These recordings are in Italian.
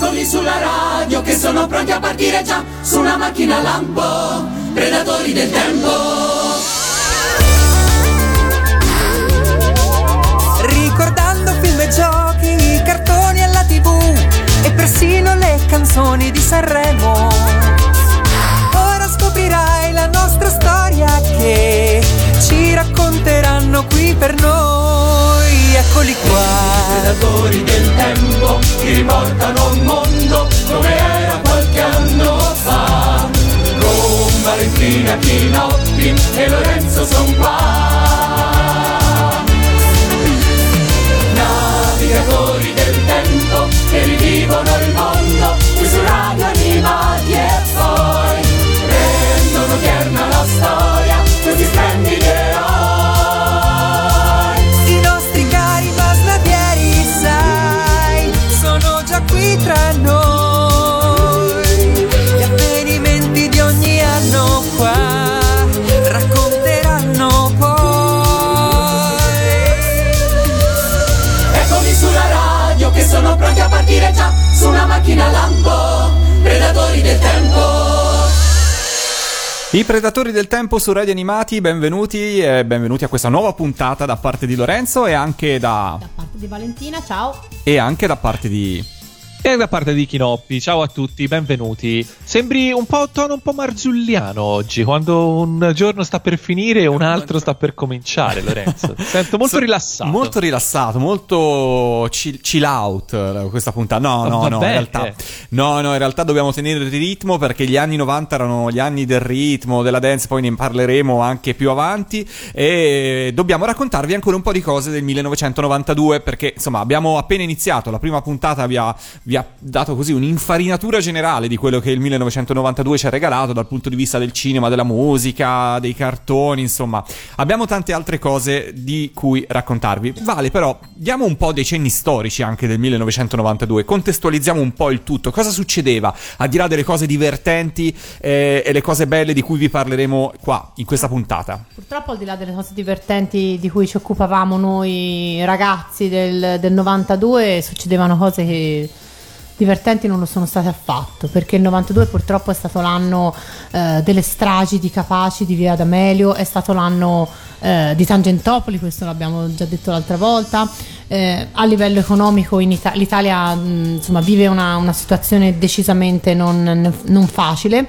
Eccoli sulla radio che sono pronti a partire già su una macchina lampo, predatori del tempo. Ricordando film e giochi, cartoni alla TV e persino le canzoni di Sanremo. Ora scoprirai la nostra storia che ci racconteranno qui per noi. Eccoli qua, Predatori del tempo che riportano un mondo come era qualche anno fa. Con Valentina Chinotti e Lorenzo son qua. Navigatori del tempo che rivivono il mondo qui su Radio Animati e poi rendono tierna la storia questi splendidi eroi. i nostri cari masnadieri, sai, sono già qui tra noi. Gli avvenimenti di ogni anno qua racconteranno poi. Eccoli sulla radio che sono pronti a partire già su una macchina lampo, predatori del tempo. I Predatori del Tempo su Radio Animati, benvenuti e benvenuti a questa nuova puntata da parte di Lorenzo e anche Da parte di Valentina, ciao. e anche da parte di... E da parte di Chinoppi, ciao a tutti, benvenuti. Sembri un po' tono un po' marzulliano oggi, quando un giorno sta per finire e un altro sta per cominciare, Lorenzo. Sento molto rilassato. Molto rilassato, molto chill out questa puntata. No, in realtà. No, in realtà dobbiamo tenere il ritmo perché gli anni 90 erano gli anni del ritmo, della dance, poi ne parleremo anche più avanti e dobbiamo raccontarvi ancora un po' di cose del 1992 perché insomma abbiamo appena iniziato, la prima puntata vi ha dato così un'infarinatura generale di quello che il 1992 ci ha regalato dal punto di vista del cinema, della musica, dei cartoni, insomma abbiamo tante altre cose di cui raccontarvi. Vale, però diamo un po' dei cenni storici anche del 1992, contestualizziamo un po' il tutto, cosa succedeva al di là delle cose divertenti e le cose belle di cui vi parleremo qua in questa puntata. Purtroppo al di là delle cose divertenti di cui ci occupavamo noi ragazzi del 92, succedevano cose che divertenti non lo sono state affatto, perché il 92 purtroppo è stato l'anno delle stragi di Capaci, di Via D'Amelio, è stato l'anno di Tangentopoli, questo l'abbiamo già detto l'altra volta. A livello economico l'Italia insomma vive una situazione decisamente non facile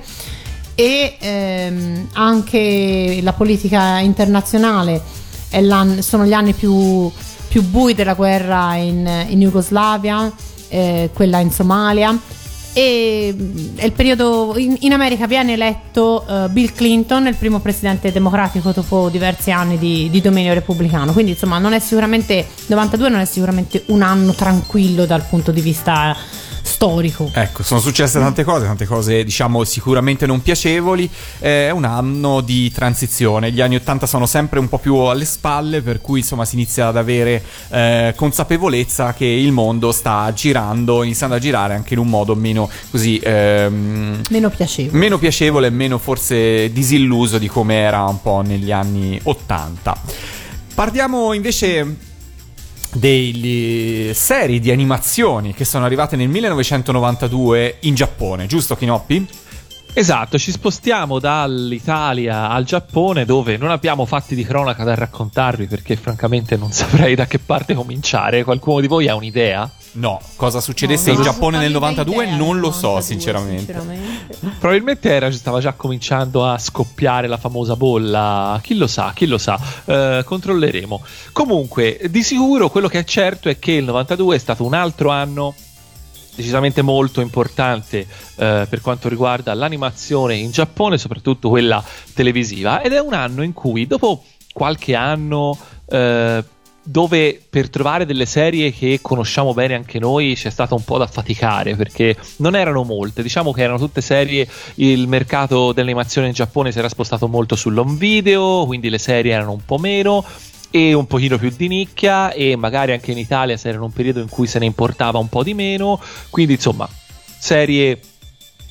e anche la politica internazionale sono gli anni più bui della guerra in Jugoslavia, quella in Somalia e è il periodo in America viene eletto Bill Clinton, il primo presidente democratico dopo diversi anni di dominio repubblicano, quindi insomma 92 non è sicuramente un anno tranquillo dal punto di vista storico. Ecco, sono successe tante cose diciamo sicuramente non piacevoli, è un anno di transizione, gli anni 80 sono sempre un po' più alle spalle, per cui insomma si inizia ad avere consapevolezza che il mondo sta girando, iniziando a girare anche in un modo meno così meno piacevole, meno forse disilluso di come era un po' negli anni 80. Parliamo invece delle serie di animazioni che sono arrivate nel 1992 in Giappone, giusto Chinoppi? Esatto, ci spostiamo dall'Italia al Giappone, dove non abbiamo fatti di cronaca da raccontarvi perché francamente non saprei da che parte cominciare. Qualcuno di voi ha un'idea? No, cosa succedesse in Giappone nel 92 non lo so sinceramente. Probabilmente stava già cominciando a scoppiare la famosa bolla, chi lo sa, controlleremo. Comunque, di sicuro quello che è certo è che il 92 è stato un altro anno decisamente molto importante per quanto riguarda l'animazione in Giappone, soprattutto quella televisiva, ed è un anno in cui dopo qualche anno dove per trovare delle serie che conosciamo bene anche noi c'è stato un po' da faticare perché non erano molte, diciamo che erano tutte serie, il mercato dell'animazione in Giappone si era spostato molto sull'home video, quindi le serie erano un po' meno e un pochino più di nicchia, e magari anche in Italia si era in un periodo in cui se ne importava un po' di meno, quindi insomma serie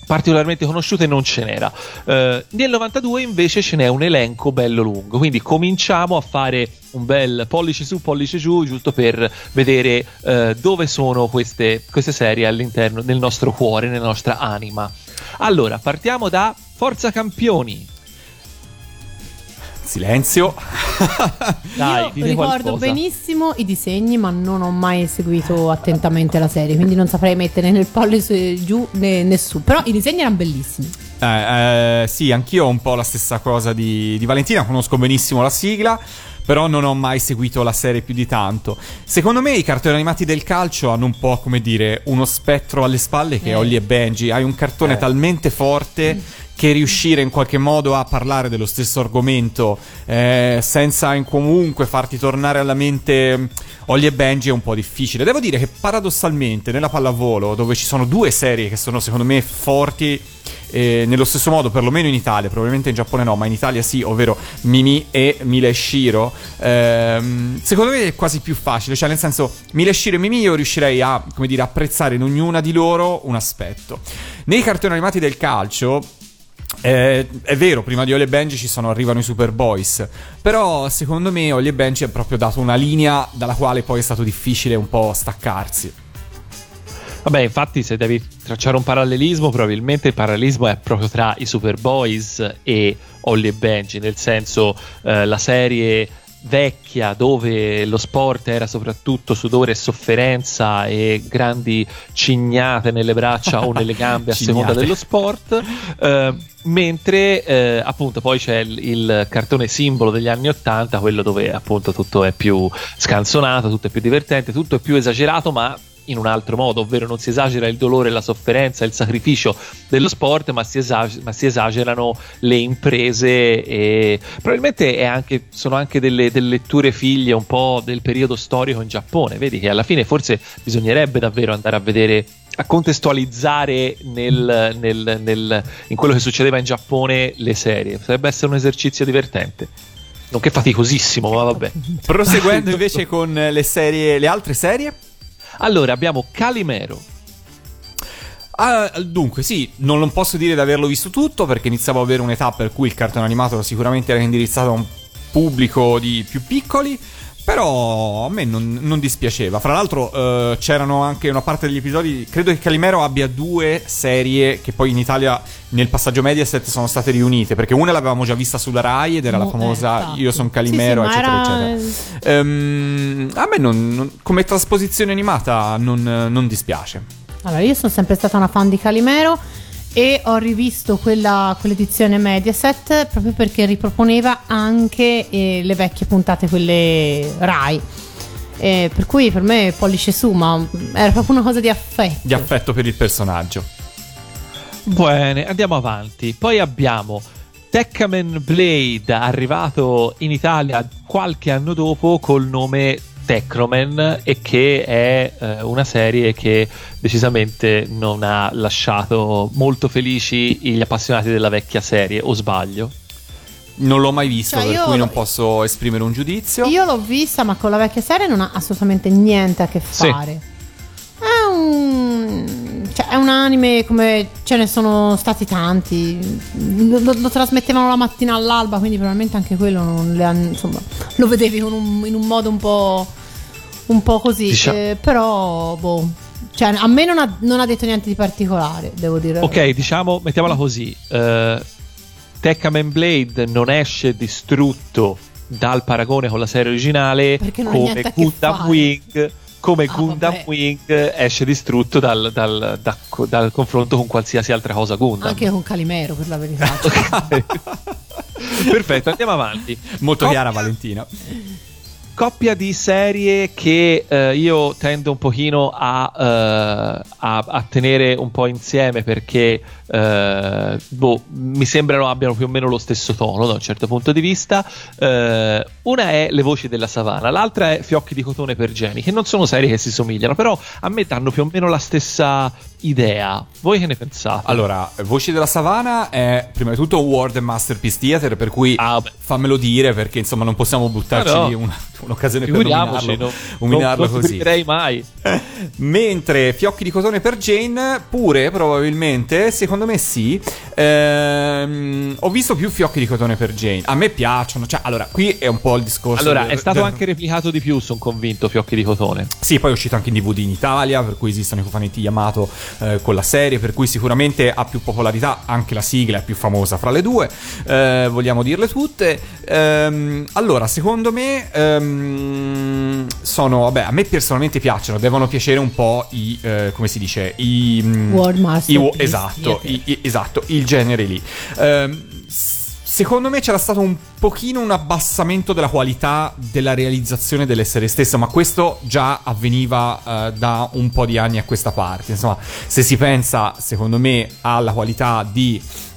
particolarmente conosciute non ce n'era. Nel 92 invece ce n'è un elenco bello lungo, quindi cominciamo a fare un bel pollice su pollice giù, giusto per vedere dove sono queste serie all'interno del nostro cuore, nella nostra anima. Allora, partiamo da Forza Campioni. Silenzio. Dai, io ricordo benissimo i disegni, ma non ho mai seguito attentamente la serie, quindi non saprei mettere nel pollice giù né su, però i disegni erano bellissimi. Sì, anch'io ho un po' la stessa cosa di Valentina, conosco benissimo la sigla, però non ho mai seguito la serie più di tanto. Secondo me i cartoni animati del calcio hanno un po', come dire, uno spettro alle spalle che è Holly e Benji. Hai un cartone talmente forte che riuscire in qualche modo a parlare dello stesso argomento senza comunque farti tornare alla mente Holly e Benji è un po' difficile. Devo dire che paradossalmente nella pallavolo, dove ci sono due serie che sono secondo me forti nello stesso modo, perlomeno in Italia, probabilmente in Giappone no, ma in Italia sì, ovvero Mimi e Mila e Shiro, secondo me è quasi più facile, cioè nel senso Mila e Shiro e Mimi io riuscirei a, come dire, apprezzare in ognuna di loro un aspetto. Nei cartoni animati del calcio è vero, prima di Holly e Benji arrivano i Superboys, però secondo me Holly e Benji ha proprio dato una linea dalla quale poi è stato difficile un po' staccarsi. Vabbè, infatti se devi tracciare un parallelismo, probabilmente il parallelismo è proprio tra i Superboys e Holly e Benji, nel senso la serie vecchia dove lo sport era soprattutto sudore e sofferenza e grandi cignate nelle braccia o nelle gambe a seconda dello sport, mentre appunto poi c'è il cartone simbolo degli anni '80, quello dove appunto tutto è più scanzonato, tutto è più divertente, tutto è più esagerato, ma in un altro modo, ovvero non si esagera il dolore, la sofferenza, il sacrificio dello sport, ma si esagerano le imprese, e probabilmente sono anche delle letture figlie un po' del periodo storico in Giappone. Vedi che alla fine forse bisognerebbe davvero andare a vedere, a contestualizzare in quello che succedeva in Giappone le serie. Potrebbe essere un esercizio divertente, nonché faticosissimo, ma vabbè. Proseguendo invece con le altre serie. Allora, abbiamo Calimero. Dunque, sì, non posso dire di averlo visto tutto, perché iniziavo ad avere un'età per cui il cartone animato sicuramente era indirizzato a un pubblico di più piccoli, però a me non dispiaceva. Fra l'altro c'erano anche una parte degli episodi, credo che Calimero abbia 2 serie che poi in Italia nel passaggio Mediaset sono state riunite, perché una l'avevamo già vista sulla Rai ed era la famosa Io son Calimero, sì, eccetera eccetera. A me come trasposizione animata non dispiace. Allora, io sono sempre stata una fan di Calimero e ho rivisto quell'edizione Mediaset proprio perché riproponeva anche le vecchie puntate, quelle Rai, per cui per me pollice su, ma era proprio una cosa di affetto per il personaggio. Bene, andiamo avanti. Poi abbiamo Tekkamen Blade, arrivato in Italia qualche anno dopo col nome Tekromen, e che è una serie che decisamente non ha lasciato molto felici gli appassionati della vecchia serie, o sbaglio? Non l'ho mai visto, per cui non posso esprimere un giudizio. Io l'ho vista, ma con la vecchia serie non ha assolutamente niente a che fare. Sì. È un anime come ce ne sono stati tanti, lo trasmettevano la mattina all'alba, quindi probabilmente anche quello non le hanno, insomma, lo vedevi in un modo un po' così, però cioè, a me non ha detto niente di particolare, devo dire. Ok, diciamo, mettiamola così, Tekkamen Blade non esce distrutto dal paragone con la serie originale come Gundam Wing. Come Gundam Wing esce distrutto dal confronto con qualsiasi altra cosa Gundam. Anche con Calimero, per la verità. Perfetto, andiamo avanti. Molto chiara, Valentina. Coppia di serie che io tendo un pochino a tenere un po' insieme, perché mi sembrano abbiano più o meno lo stesso tono da un certo punto di vista. Una è Le voci della savana, l'altra è Fiocchi di cotone per Jenny, che non sono serie che si somigliano, però a me danno più o meno la stessa idea. Voi che ne pensate? Allora, Voci della Savana è prima di tutto un World and Masterpiece Theater, per cui fammelo dire, perché insomma non possiamo buttarci un'occasione per nominarlo così. Non direi mai. Mentre Fiocchi di cotone per Jane, pure probabilmente, secondo me sì. Ho visto più Fiocchi di cotone per Jane. A me piacciono. Cioè, allora, qui è un po' il discorso. Allora, è stato anche replicato di più, sono convinto, Fiocchi di cotone. Sì, poi è uscito anche in DVD in Italia, per cui esistono i cofanetti Yamato con la serie, per cui sicuramente ha più popolarità, anche la sigla è più famosa fra le due, vogliamo dirle tutte. Allora, secondo me a me personalmente piacciono, devono piacere un po' come si dice, World Masterpiece. Esatto, il genere lì. Secondo me c'era stato un pochino un abbassamento della qualità della realizzazione delle serie stesse, ma questo già avveniva da un po' di anni a questa parte. Insomma, se si pensa, secondo me, alla qualità di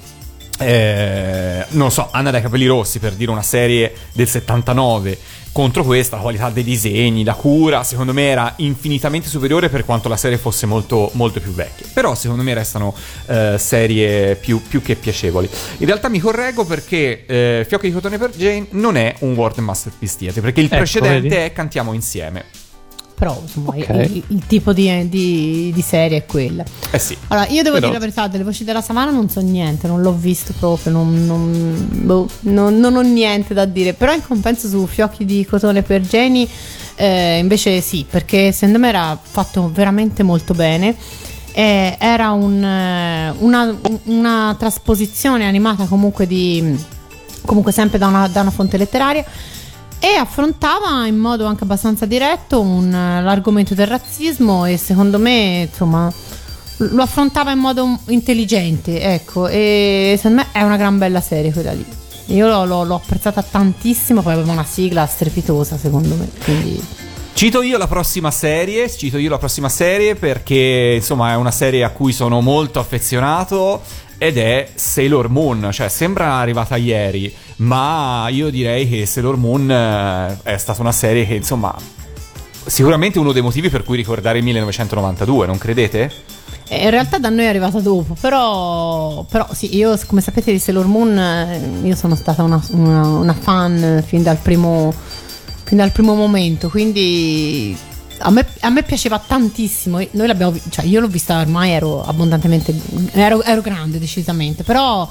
non so, Anna dai capelli rossi, per dire una serie del 79, contro questa la qualità dei disegni, la cura, secondo me era infinitamente superiore, per quanto la serie fosse molto, molto più vecchia. Però secondo me restano serie più che piacevoli. In realtà mi correggo, perché Fiocchi di cotone per Jane non è un World Masterpiece Theater, perché il precedente è Cantiamo insieme. Però insomma il tipo di serie è quella. Sì. Allora, io devo dire la verità, delle Voci della Savana non so niente, non l'ho visto proprio, non ho niente da dire. Però in compenso su Fiocchi di cotone per Jenny invece sì, perché secondo me era fatto veramente molto bene. Era una trasposizione animata comunque sempre da una fonte letteraria, e affrontava in modo anche abbastanza diretto l'argomento del razzismo, e secondo me insomma lo affrontava in modo intelligente, ecco, e secondo me è una gran bella serie quella lì. Io l'ho apprezzata tantissimo, poi aveva una sigla strepitosa secondo me, quindi... Cito io la prossima serie perché insomma è una serie a cui sono molto affezionato, ed è Sailor Moon. Cioè, sembra arrivata ieri, ma io direi che Sailor Moon è stata una serie che insomma sicuramente uno dei motivi per cui ricordare il 1992, non credete? In realtà da noi è arrivata dopo, però sì, io come sapete di Sailor Moon io sono stata una fan fin dal primo momento, quindi a me piaceva tantissimo. Noi l'abbiamo, cioè io l'ho vista, ormai ero grande decisamente, però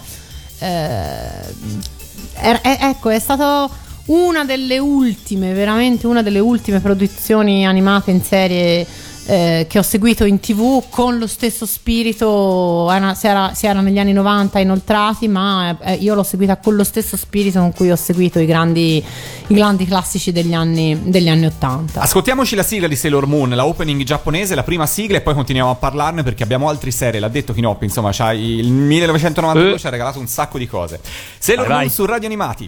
ecco, è stata veramente una delle ultime produzioni animate in serie che ho seguito in TV, con lo stesso spirito. Si era negli anni 90 inoltrati, ma io l'ho seguita con lo stesso spirito con cui ho seguito i grandi classici degli anni 80. Ascoltiamoci la sigla di Sailor Moon, la opening giapponese, la prima sigla, e poi continuiamo a parlarne, perché abbiamo altre serie. L'ha detto Kinoppi, insomma, il 1992 ci ha regalato un sacco di cose. Sailor Moon su Radio Animati.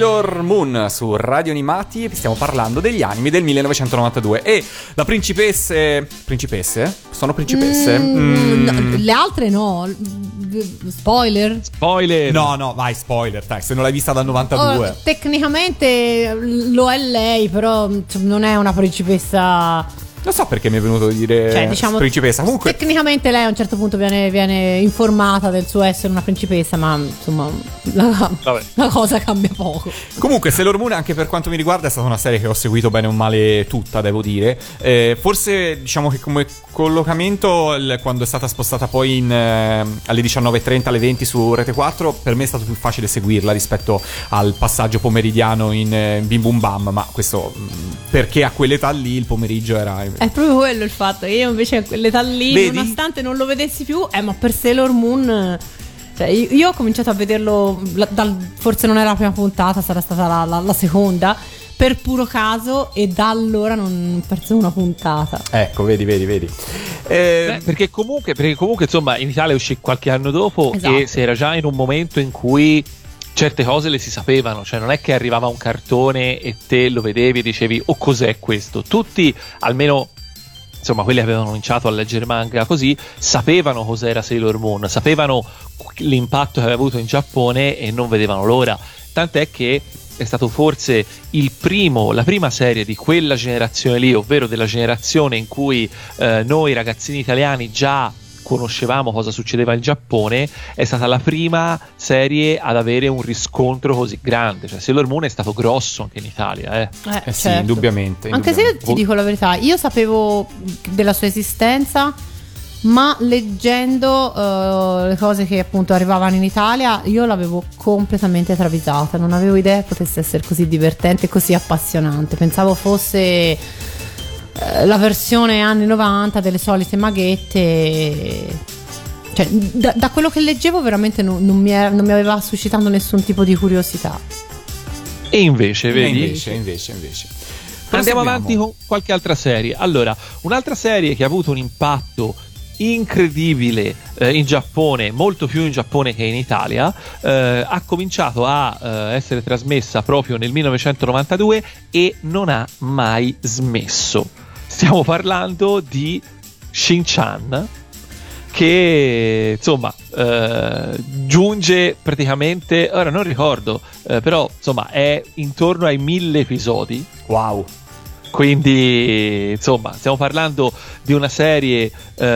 Sailor Moon su Radio Animati. Stiamo parlando degli anime del 1992 e la principesse sono principesse? No, le altre no. Spoiler? No, vai, spoiler, dai, se non l'hai vista dal 92. Tecnicamente lo è lei, però non è una principessa. Non so perché mi è venuto a dire, cioè, diciamo, principessa. Comunque, tecnicamente lei a un certo punto viene informata del suo essere una principessa, ma insomma la cosa cambia poco. Comunque Sailor Moon, anche per quanto mi riguarda, è stata una serie che ho seguito bene o male tutta, devo dire. Forse diciamo che come collocamento, quando è stata spostata poi alle 19:30, alle 20 su Rete 4, per me è stato più facile seguirla rispetto al passaggio pomeridiano in Bim Bum Bam, ma questo perché a quell'età lì il pomeriggio era... È proprio quello il fatto. Io invece a quell'età lì, vedi? Nonostante non lo vedessi più, ma per Sailor Moon, cioè, io ho cominciato a vederlo forse non era la prima puntata, sarà stata la seconda, per puro caso, e da allora non ho perso una puntata. Ecco, vedi. Perché comunque insomma in Italia uscì qualche anno dopo, esatto. E si era già in un momento in cui certe cose le si sapevano, cioè non è che arrivava un cartone e te lo vedevi e dicevi "oh, cos'è questo?". Tutti, almeno insomma quelli che avevano cominciato a leggere manga così, sapevano cos'era Sailor Moon, sapevano l'impatto che aveva avuto in Giappone e non vedevano l'ora, tant'è che è stato forse la prima serie di quella generazione lì, ovvero della generazione in cui noi ragazzini italiani già conoscevamo cosa succedeva in Giappone, è stata la prima serie ad avere un riscontro così grande. Cioè Sailor Moon è stato grosso anche in Italia, sì, certo. indubbiamente. Anche se io ti dico la verità, io sapevo della sua esistenza, ma leggendo le cose che appunto arrivavano in Italia, io l'avevo completamente travisata. Non avevo idea potesse essere così divertente e così appassionante. Pensavo fosse la versione anni 90 delle solite maghette. Cioè, da quello che leggevo veramente non mi aveva suscitato nessun tipo di curiosità. E invece, vedi? Invece. Andiamo avanti con qualche altra serie. Allora, un'altra serie che ha avuto un impatto incredibile in Giappone, molto più in Giappone che in Italia, ha cominciato a essere trasmessa proprio nel 1992 e non ha mai smesso. Stiamo parlando di Shin-Chan, che insomma giunge praticamente, ora non ricordo, però insomma è intorno ai 1000 episodi. Wow. Quindi insomma stiamo parlando di una serie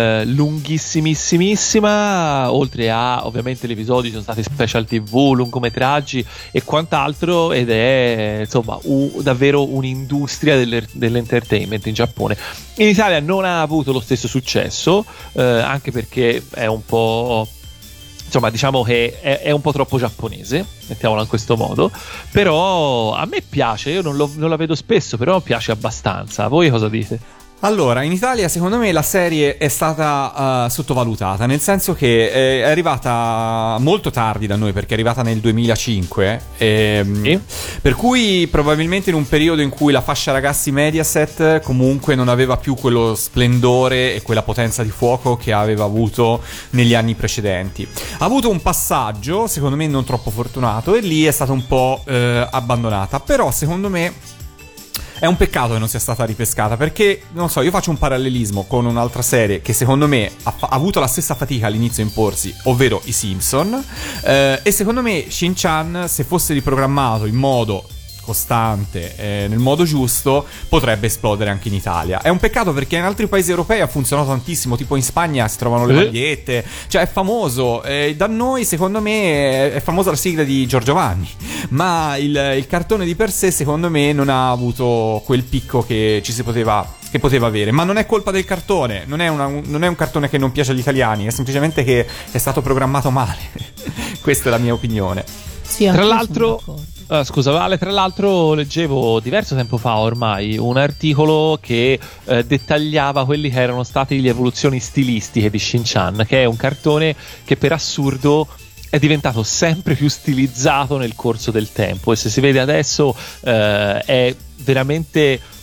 lunghissimissimissima, oltre a ovviamente gli episodi sono stati special TV, lungometraggi e quant'altro, ed è insomma davvero un'industria dell'entertainment in Giappone. In Italia non ha avuto lo stesso successo, anche perché è un po', insomma, diciamo che è un po' troppo giapponese, mettiamola in questo modo, però a me piace, io non la vedo spesso, però piace abbastanza. Voi cosa dite? Allora, in Italia secondo me la serie è stata sottovalutata, nel senso che è arrivata molto tardi da noi, perché è arrivata nel 2005, per cui probabilmente in un periodo in cui la fascia ragazzi Mediaset comunque non aveva più quello splendore e quella potenza di fuoco che aveva avuto negli anni precedenti. Ha avuto un passaggio, secondo me non troppo fortunato, e lì è stata un po' abbandonata, però secondo me è un peccato che non sia stata ripescata, perché, non so, io faccio un parallelismo con un'altra serie che secondo me ha avuto la stessa fatica all'inizio a imporsi, ovvero i Simpson, e secondo me Shin-Chan, se fosse riprogrammato in modo costante, nel modo giusto, potrebbe esplodere anche in Italia. È un peccato perché in altri paesi europei ha funzionato tantissimo, tipo in Spagna si trovano le magliette, cioè è famoso. Da noi secondo me è famosa la sigla di Giorgio Vanni, ma il cartone di per sé secondo me non ha avuto quel picco che poteva avere. Ma non è colpa del cartone, non è un cartone che non piace agli italiani, è semplicemente che è stato programmato male. Questa è la mia opinione. Sì, tra l'altro, scusa Vale, tra l'altro leggevo diverso tempo fa ormai un articolo che dettagliava quelli che erano state le evoluzioni stilistiche di Shin-Chan, che è un cartone che per assurdo è diventato sempre più stilizzato nel corso del tempo, e se si vede adesso è veramente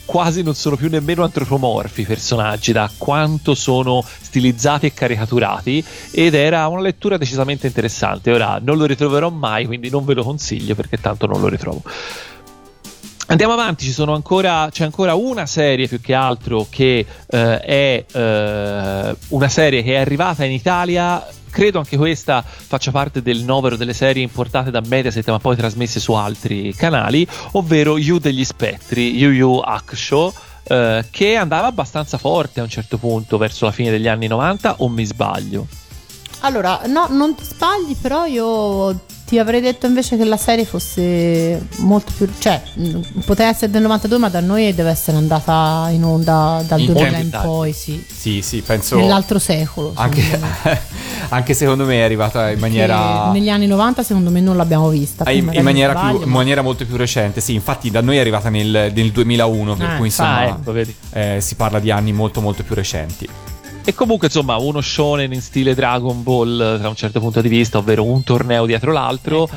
quasi non sono più nemmeno antropomorfi i personaggi, da quanto sono stilizzati e caricaturati, ed era una lettura decisamente interessante. Ora non lo ritroverò mai, quindi non ve lo consiglio perché tanto non lo ritrovo. Andiamo avanti, c'è ancora una serie più che altro che è una serie che è arrivata in Italia. Credo anche questa faccia parte del novero delle serie importate da Mediaset ma poi trasmesse su altri canali, ovvero Yu degli Spettri, Yu Yu Hakusho, che andava abbastanza forte a un certo punto verso la fine degli anni 90, o mi sbaglio? Allora, no, non ti sbagli, però io ti avrei detto invece che la serie fosse molto più, cioè poteva essere del 92, ma da noi deve essere andata in onda dal 2000 in poi, sì, penso nell'altro secolo, anche secondo me è arrivata in maniera, negli anni 90 secondo me non l'abbiamo vista in maniera molto più recente. Sì, infatti da noi è arrivata nel 2001, per cui insomma ecco, vedi. Si parla di anni molto molto più recenti. E comunque insomma uno shonen in stile Dragon Ball da un certo punto di vista, ovvero un torneo dietro l'altro,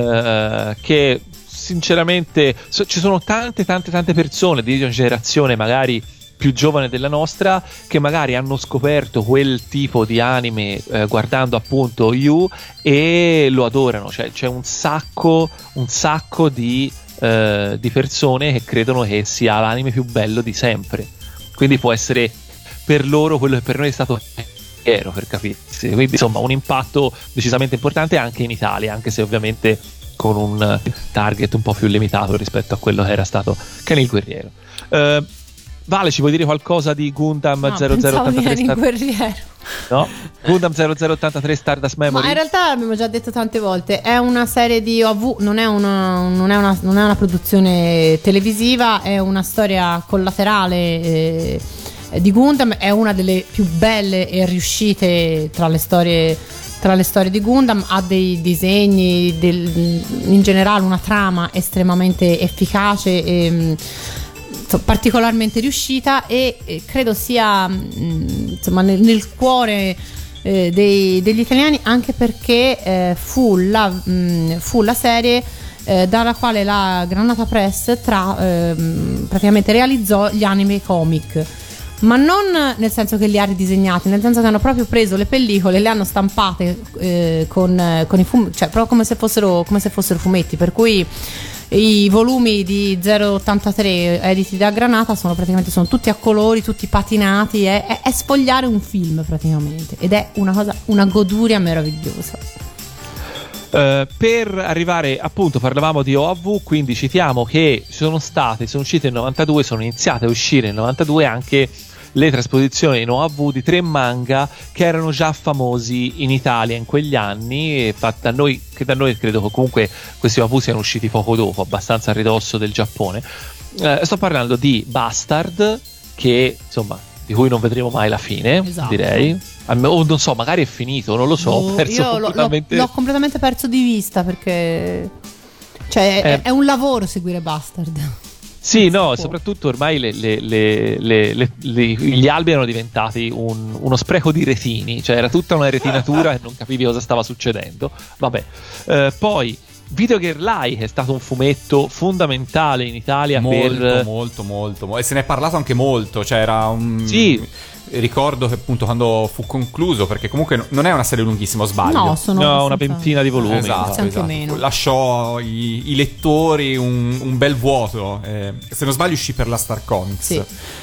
che sinceramente ci sono tante persone di una generazione magari più giovane della nostra che magari hanno scoperto quel tipo di anime guardando appunto Yu e lo adorano. Cioè c'è un sacco di persone che credono che sia l'anime più bello di sempre, quindi può essere per loro quello che per noi è stato vero, per capirsi. Quindi insomma un impatto decisamente importante anche in Italia, anche se ovviamente con un target un po' più limitato rispetto a quello che era stato Ken il Guerriero. Vale, ci vuoi dire qualcosa di Gundam 0083 No? Gundam 0083 Stardust Memory? Ma in realtà abbiamo già detto tante volte, è una serie di OV, non è una produzione televisiva, è una storia collaterale di Gundam, è una delle più belle e riuscite tra le storie di Gundam, ha dei disegni, in generale una trama estremamente efficace e particolarmente riuscita, e credo sia insomma nel cuore degli italiani, anche perché fu la serie dalla quale la Granata Press praticamente realizzò gli anime comic, ma non nel senso che li ha ridisegnati, nel senso che hanno proprio preso le pellicole e le hanno stampate con i fumetti, cioè proprio come se fossero fumetti, per cui i volumi di 083 editi da Granata sono tutti a colori, tutti patinati, è sfogliare un film praticamente, ed è una goduria meravigliosa. Per arrivare, appunto, parlavamo di OAV, quindi citiamo che sono uscite nel 92, sono iniziate a uscire nel 92 anche le trasposizioni in OAV di 3 manga che erano già famosi in Italia in quegli anni, e da noi credo che comunque questi OAV siano usciti poco dopo, abbastanza a ridosso del Giappone. Sto parlando di Bastard, che insomma di cui non vedremo mai la fine, esatto. Direi, o non so, magari è finito, non lo so, l'ho completamente perso di vista, perché cioè è un lavoro seguire Bastard. Sì, no, soprattutto ormai gli albi erano diventati uno spreco di retini, cioè era tutta una retinatura e non capivi cosa stava succedendo. Vabbè, poi Video Girl Lie, che è stato un fumetto fondamentale in Italia, molto, e se ne è parlato anche molto, cioè era un... Sì. Ricordo che appunto quando fu concluso, perché comunque non è una serie lunghissima, o sbaglio? No, una ventina di volumi. Esatto. Meno. Lasciò i lettori un bel vuoto. Se non sbaglio uscì per la Star Comics. Sì.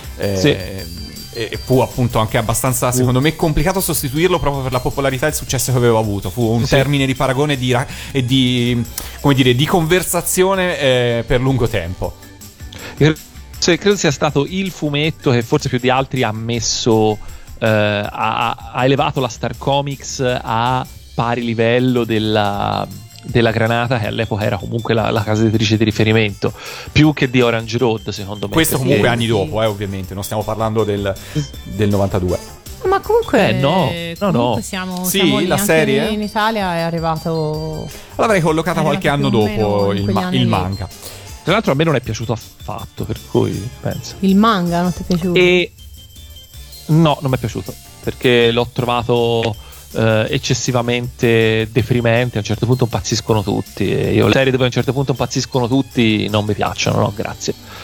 E fu appunto anche abbastanza, secondo me, complicato sostituirlo proprio per la popolarità e il successo che aveva avuto. Fu un termine di paragone e di conversazione per lungo tempo. Credo sia stato il fumetto che forse più di altri ha messo ha elevato la Star Comics a pari livello della Granata, che all'epoca era comunque la casa editrice di riferimento, più che di Orange Road, secondo me. Questo comunque anni dopo, ovviamente, non stiamo parlando del 92. Ma comunque no. Siamo sì, la serie in Italia è arrivato. L'avrei collocata qualche anno dopo il manga. Tra l'altro a me non è piaciuto affatto, per cui penso. Il manga non ti è piaciuto? No, non mi è piaciuto, perché l'ho trovato eccessivamente deprimente. A un certo punto impazziscono tutti, e io le serie dove a un certo punto impazziscono tutti non mi piacciono, no, grazie.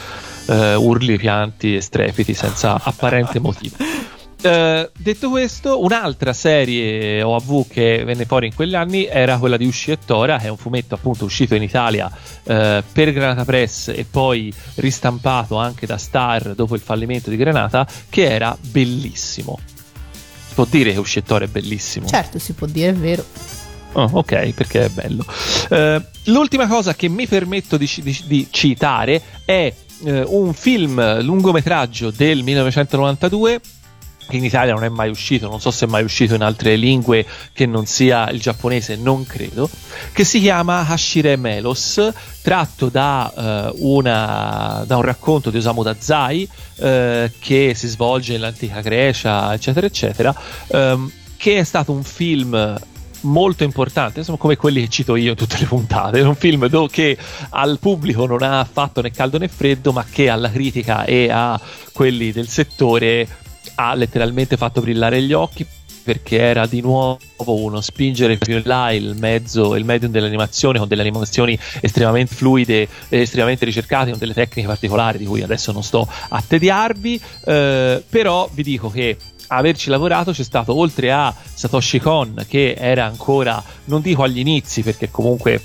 urli, pianti e strepiti senza apparente motivo. Detto questo, un'altra serie OAV che venne fuori in quegli anni era quella di Usci e Tora, che è un fumetto appunto uscito in Italia per Granata Press e poi ristampato anche da Star dopo il fallimento di Granata, che era bellissimo. Si può dire che Usci e Tora è bellissimo? Certo, si può dire, è vero. Oh, ok, perché è bello. L'ultima cosa che mi permetto di citare è un film lungometraggio del 1992 che in Italia non è mai uscito, non so se è mai uscito in altre lingue che non sia il giapponese, non credo, che si chiama Hashire Melos, tratto da un racconto di Osamu Dazai che si svolge nell'antica Grecia, eccetera eccetera, che è stato un film molto importante, insomma, come quelli che cito io in tutte le puntate. È un film che al pubblico non ha fatto né caldo né freddo, ma che alla critica e a quelli del settore ha letteralmente fatto brillare gli occhi, perché era di nuovo uno spingere più in là il medium dell'animazione, con delle animazioni estremamente fluide, estremamente ricercate, con delle tecniche particolari di cui adesso non sto a tediarvi, però vi dico che averci lavorato c'è stato, oltre a Satoshi Kon, che era ancora, non dico agli inizi perché comunque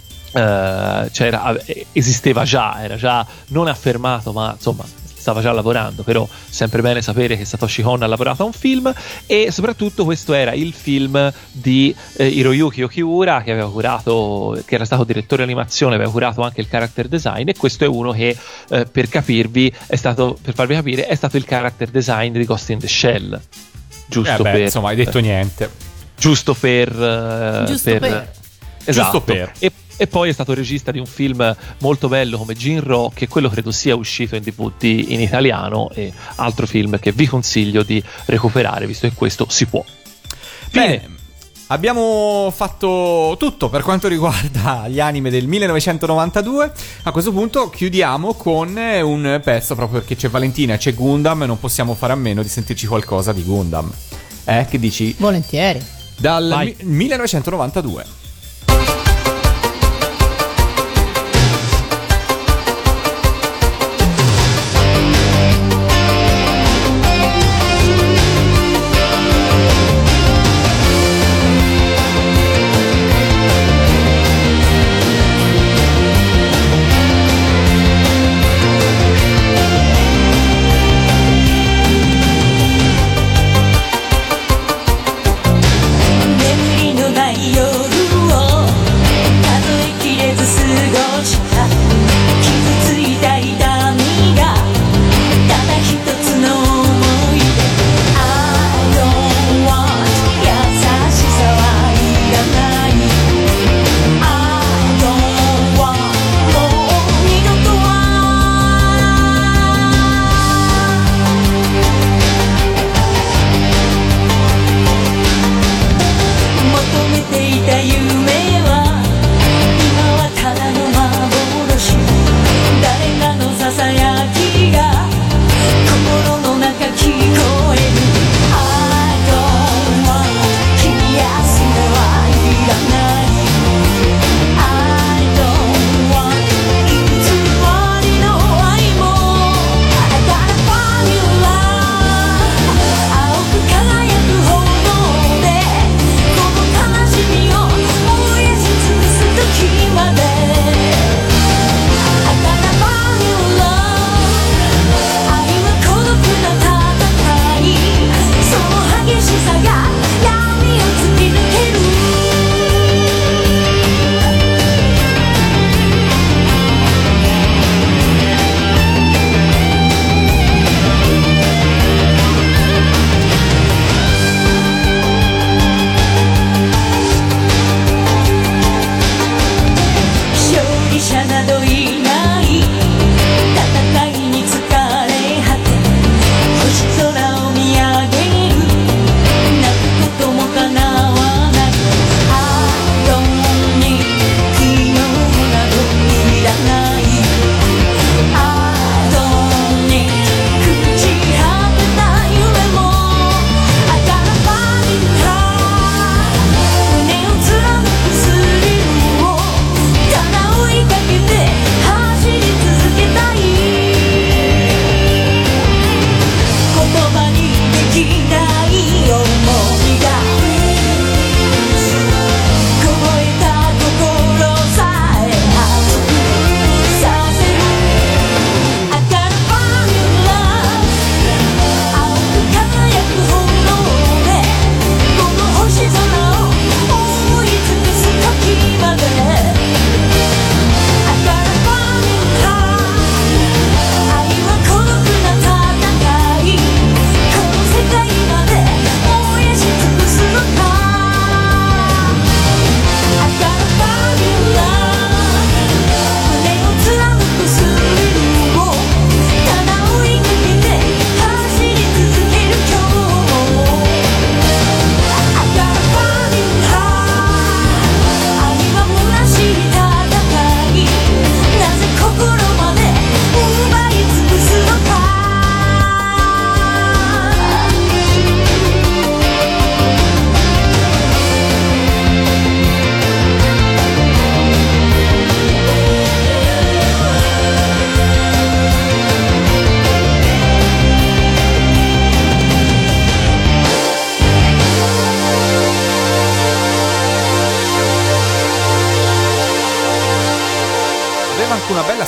esisteva già, era già non affermato, ma insomma stava già lavorando, però sempre bene sapere che Satoshi Kon ha lavorato a un film. E soprattutto questo era il film di Hiroyuki Okiura, che aveva curato, che era stato direttore di animazione, aveva curato anche il character design, e questo è uno che per farvi capire, è stato il character design di Ghost in the Shell, giusto per, insomma, hai detto niente, giusto per esatto. E poi è stato regista di un film molto bello come Jinro, che quello credo sia uscito in DVD in italiano, e altro film che vi consiglio di recuperare, visto che questo si può. Bene, abbiamo fatto tutto per quanto riguarda gli anime del 1992. A questo punto chiudiamo con un pezzo, proprio perché c'è Valentina e c'è Gundam e non possiamo fare a meno di sentirci qualcosa di Gundam. Che dici? Volentieri. Dal 1992.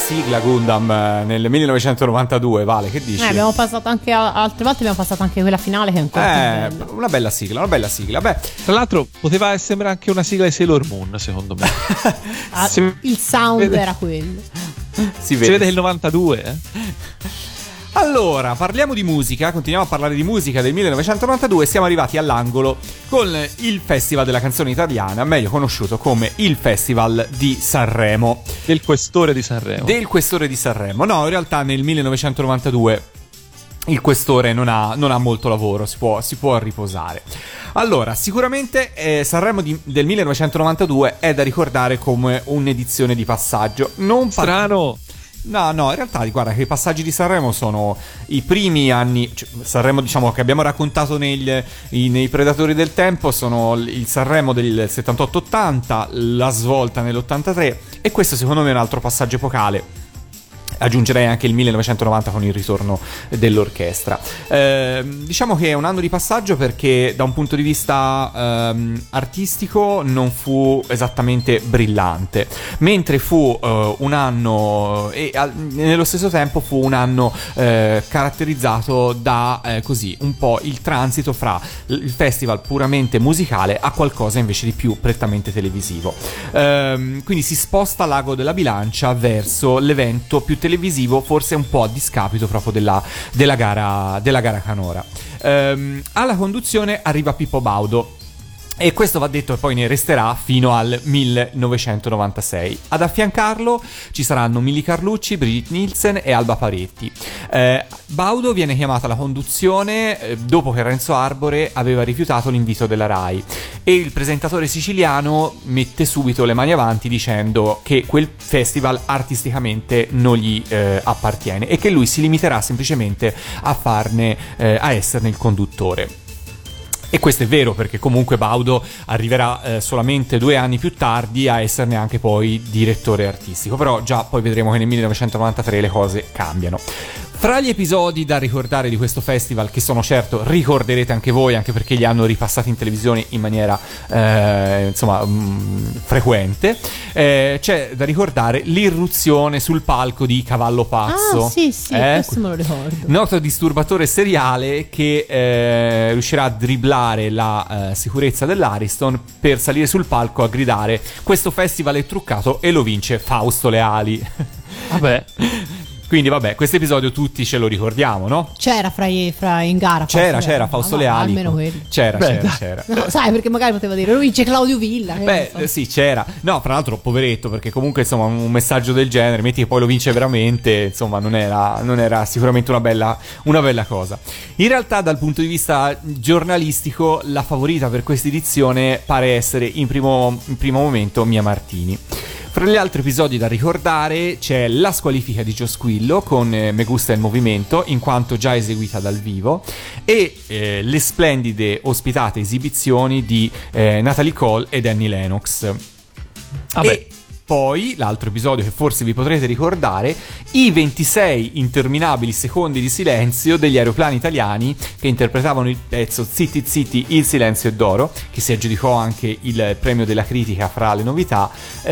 sigla Gundam nel 1992, Vale, che dici? Abbiamo passato anche altre volte, abbiamo passato anche quella finale che è ancora più bella. Una bella sigla. Beh, tra l'altro poteva sembrare anche una sigla di Sailor Moon, secondo me. Il sound era quello. Si vede che è il 92, Allora, parliamo di musica, continuiamo a parlare di musica del 1992 e siamo arrivati all'angolo con il Festival della canzone italiana, meglio conosciuto come il Festival di Sanremo. Del questore di Sanremo. No, in realtà nel 1992 il questore non ha molto lavoro, si può riposare. Allora, sicuramente Sanremo del 1992 è da ricordare come un'edizione di passaggio. Strano. No, in realtà guarda che i passaggi di Sanremo sono i primi anni, cioè, Sanremo diciamo che abbiamo raccontato nei Predatori del Tempo, sono il Sanremo del 78-80, la svolta nell'83 e questo secondo me è un altro passaggio epocale. Aggiungerei anche il 1990 con il ritorno dell'orchestra. Diciamo che è un anno di passaggio perché da un punto di vista artistico non fu esattamente brillante, mentre fu un anno e nello stesso tempo fu un anno caratterizzato da così un po' il transito fra il festival puramente musicale a qualcosa invece di più prettamente televisivo. Quindi si sposta l'ago della bilancia verso l'evento più televisivo, forse un po' a discapito proprio della gara canora. Alla conduzione arriva Pippo Baudo e questo va detto e poi ne resterà fino al 1996. Ad affiancarlo ci saranno Mili Carlucci, Brigitte Nielsen e Alba Paretti. Baudo viene chiamata alla conduzione dopo che Renzo Arbore aveva rifiutato l'invito della Rai e il presentatore siciliano mette subito le mani avanti dicendo che quel festival artisticamente non gli appartiene e che lui si limiterà semplicemente a esserne il conduttore. E questo è vero perché comunque Baudo arriverà solamente 2 anni più tardi a esserne anche poi direttore artistico, però già poi vedremo che nel 1993 le cose cambiano. Fra gli episodi da ricordare di questo festival, che sono certo ricorderete anche voi, anche perché li hanno ripassati in televisione in maniera frequente, c'è da ricordare l'irruzione sul palco di Cavallo Pazzo. Ah sì, questo me lo ricordo. Noto disturbatore seriale che riuscirà a dribblare la sicurezza dell'Ariston per salire sul palco a gridare "questo festival è truccato" e lo vince Fausto Leali. Vabbè. Quindi vabbè, questo episodio tutti ce lo ricordiamo, no? C'era fra in gara c'era Fausto Leali. Almeno quello. C'era. No, sai, perché magari poteva dire lui c'è Claudio Villa. Sì, c'era. No, fra l'altro poveretto, perché comunque insomma un messaggio del genere, metti che poi lo vince veramente, insomma non era sicuramente una bella cosa. In realtà dal punto di vista giornalistico la favorita per questa edizione pare essere in primo momento Mia Martini. Fra gli altri episodi da ricordare c'è la squalifica di Giosquillo con Me gusta il movimento, in quanto già eseguita dal vivo, e le splendide ospitate esibizioni di Natalie Cole e Annie Lennox. E poi, l'altro episodio che forse vi potrete ricordare, i 26 interminabili secondi di silenzio degli aeroplani italiani che interpretavano il pezzo Zitti Zitti, il silenzio è d'oro, che si aggiudicò anche il premio della critica fra le novità.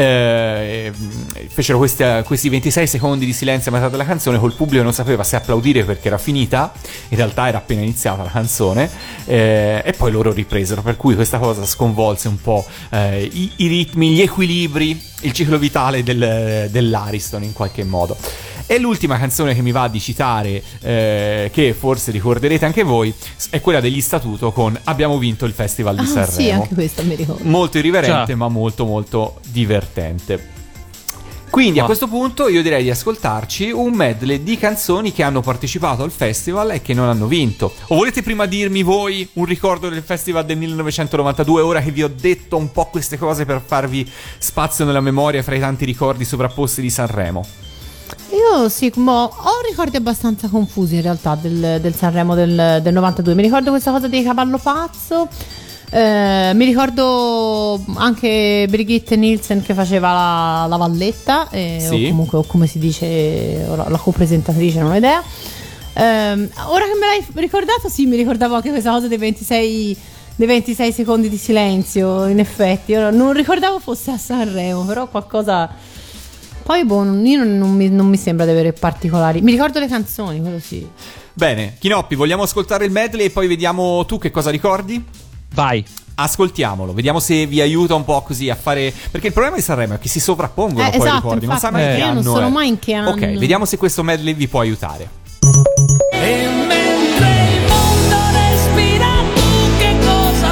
Fecero questi 26 secondi di silenzio a metà della canzone, col pubblico non sapeva se applaudire perché era finita, in realtà era appena iniziata la canzone, e poi loro ripresero, per cui questa cosa sconvolse un po' i ritmi, gli equilibri, il ciclo vitale dell'Ariston in qualche modo. E l'ultima canzone che mi va di citare, che forse ricorderete anche voi, è quella degli Statuto con Abbiamo vinto il Festival di Sanremo. Sì, anche questa mi ricordo. Molto irriverente, ma molto molto divertente. Quindi a questo punto io direi di ascoltarci un medley di canzoni che hanno partecipato al festival e che non hanno vinto. O volete prima dirmi voi un ricordo del festival del 1992, ora che vi ho detto un po' queste cose per farvi spazio nella memoria fra i tanti ricordi sovrapposti di Sanremo? Io sì, ho ricordi abbastanza confusi in realtà del Sanremo del 92. Mi ricordo questa cosa di Cavallo Pazzo. Mi ricordo anche Brigitte Nielsen che faceva la valletta, sì. o come si dice la copresentatrice, non ho idea. Ora che me l'hai ricordato, sì, mi ricordavo anche questa cosa dei 26 secondi di silenzio. In effetti io non ricordavo fosse a Sanremo, però qualcosa Poi io non mi sembra di avere particolari. Mi ricordo le canzoni, quello sì. Bene, Chinoppi, vogliamo ascoltare il medley e poi vediamo tu che cosa ricordi? Vai. Ascoltiamolo, vediamo se vi aiuta un po' così a fare. Perché il problema di Sanremo è che si sovrappongono poi i esatto, ricordi, non infatti, sai mai che io anno non so è. mai in che anno. Ok, vediamo se questo medley vi può aiutare. E mentre il mondo respira, tu che cosa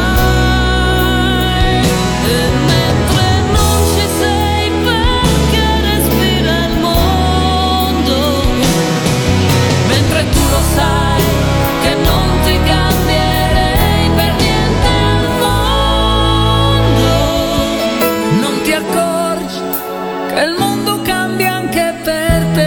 fai? E mentre non ci sei, perché respira il mondo? Mentre tu lo sai che non ti cambierei per niente al mondo, non ti accorgi che il mondo cambia anche per te.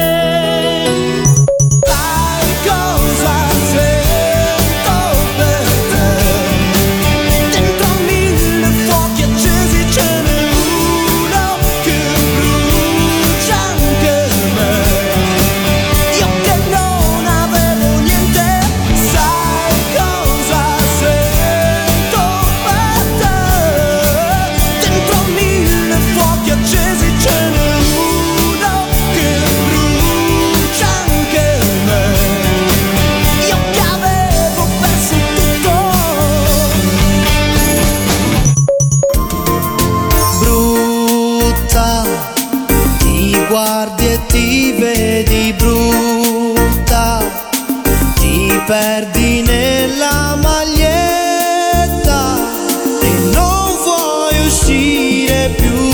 Guardi e ti vedi brutta, ti perdi nella maglietta e non vuoi uscire più.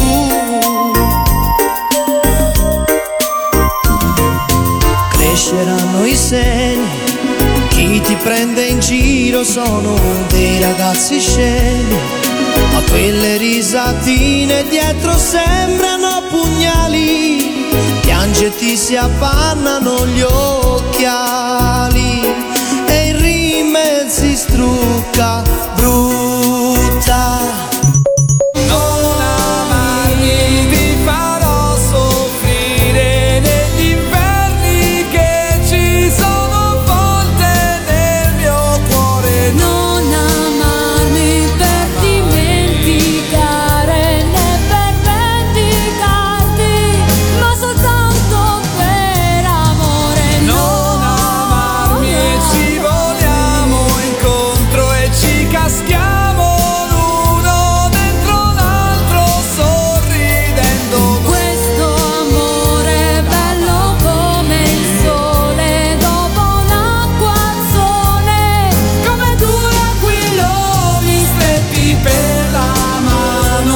Cresceranno i seni, chi ti prende in giro sono dei ragazzi scemi, ma quelle risatine dietro sembrano pugnali, piange ti si appannano gli occhiali e il rímel si strucca brutta. Non amarmi, ti farò soffrire negli inverni che ci sono volte nel mio cuore. Non amarmi per dimenticare né per vendicarti, ma soltanto per amore. Non amarmi e ci voliamo incontro e ci caschiamo l'uno dentro l'altro sorridendo. Questo amore bello come il sole dopo un acquazzone, Come due aquiloni stretti per la mano.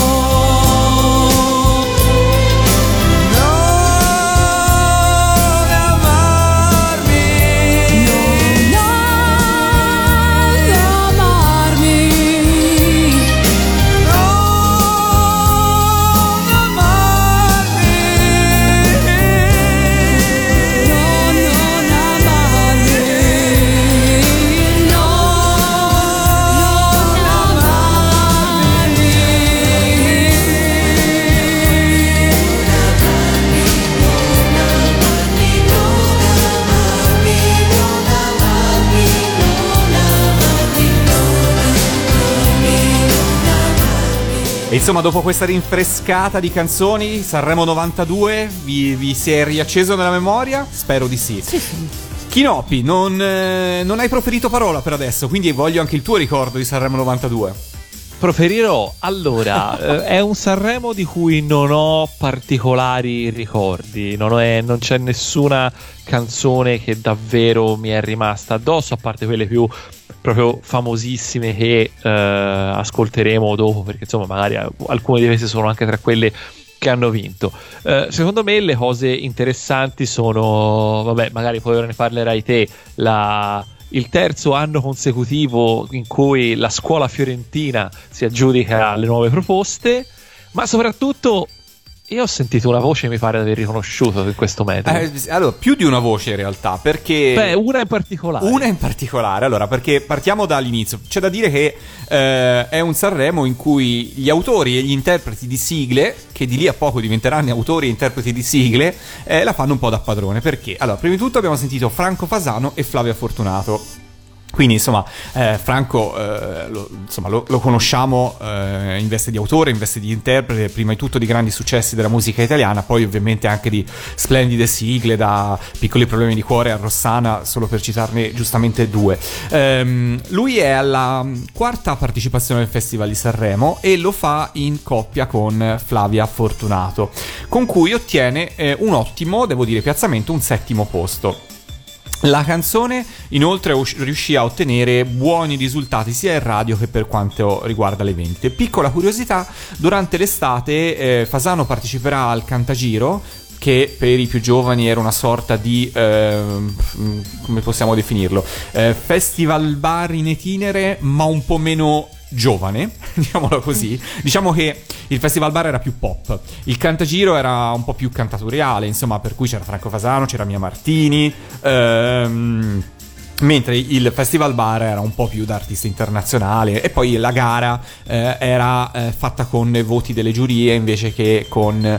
Non amarmi. non amarmi. E insomma, dopo questa rinfrescata di canzoni, Sanremo 92 vi si è riacceso nella memoria? Spero di sì. Chinoppi, non hai proferito parola per adesso, quindi voglio anche il tuo ricordo di Sanremo 92. Proferirò. Allora, è un Sanremo di cui non ho particolari ricordi, non c'è nessuna canzone che davvero mi è rimasta addosso, a parte quelle più proprio famosissime che ascolteremo dopo, perché insomma magari alcune di queste sono anche tra quelle che hanno vinto. Secondo me le cose interessanti sono, vabbè, magari poi ora ne parlerai te, il terzo anno consecutivo in cui la scuola fiorentina si aggiudica le nuove proposte, ma soprattutto io ho sentito una voce, mi pare di aver riconosciuto in questo metodo. Allora, più di una voce in realtà, perché... Beh, una in particolare. Una in particolare, allora, perché partiamo dall'inizio. C'è da dire che è un Sanremo in cui gli autori e gli interpreti di sigle, che di lì a poco diventeranno autori e interpreti di sigle, la fanno un po' da padrone. Perché? Allora, prima di tutto abbiamo sentito Franco Fasano e Flavia Fortunato. Quindi insomma Franco lo conosciamo in veste di autore, in veste di interprete, prima di tutto di grandi successi della musica italiana, poi ovviamente anche di splendide sigle, da Piccoli problemi di cuore a Rossana, solo per citarne giustamente due. Lui è alla quarta partecipazione al Festival di Sanremo e lo fa in coppia con Flavia Fortunato, con cui ottiene un ottimo, devo dire, piazzamento, un 7° posto. La canzone inoltre riuscì a ottenere buoni risultati sia in radio che per quanto riguarda le vendite. Piccola curiosità, durante l'estate Fasano parteciperà al Cantagiro, che per i più giovani era una sorta di come possiamo definirlo, festival bar in itinere, ma un po' meno giovane, diciamolo così. Diciamo che il Festival Bar era più pop, il Cantagiro era un po' più cantatoriale, insomma, per cui c'era Franco Fasano, c'era Mia Martini, mentre il Festival Bar era un po' più da artista internazionale, e poi la gara era fatta con voti delle giurie invece che con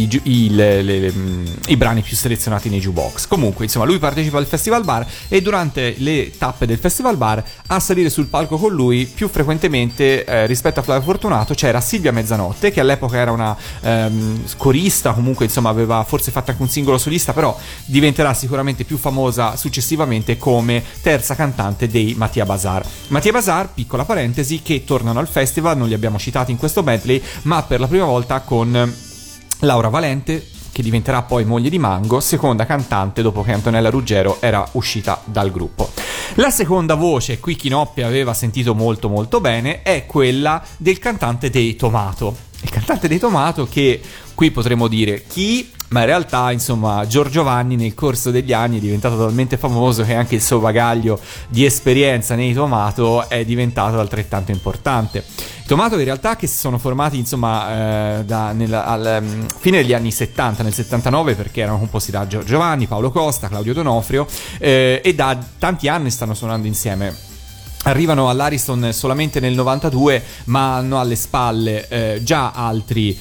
i brani più selezionati nei jukebox. Comunque, insomma, lui partecipa al Festival Bar e durante le tappe del Festival Bar a salire sul palco con lui più frequentemente rispetto a Flavio Fortunato c'era Silvia Mezzanotte, che all'epoca era una corista, comunque insomma aveva forse fatto anche un singolo solista, però diventerà sicuramente più famosa successivamente come terza cantante dei Mattia Bazar. Mattia Bazar, piccola parentesi, che tornano al festival, non li abbiamo citati in questo medley, ma per la prima volta con Laura Valente, che diventerà poi moglie di Mango, seconda cantante dopo che Antonella Ruggero era uscita dal gruppo. La seconda voce, qui Chinoppi aveva sentito molto molto bene, è quella del cantante dei Tomato. Il cantante dei Tomato, che qui potremmo dire chi, ma in realtà insomma Giorgio Vanni nel corso degli anni è diventato talmente famoso che anche il suo bagaglio di esperienza nei Tomato è diventato altrettanto importante. I Tomato in realtà che si sono formati insomma al fine degli anni 70, nel 79, perché erano composti da Giorgio Vanni, Paolo Costa, Claudio Donofrio, e da tanti anni stanno suonando insieme. Arrivano all'Ariston solamente nel 92, ma hanno alle spalle già altri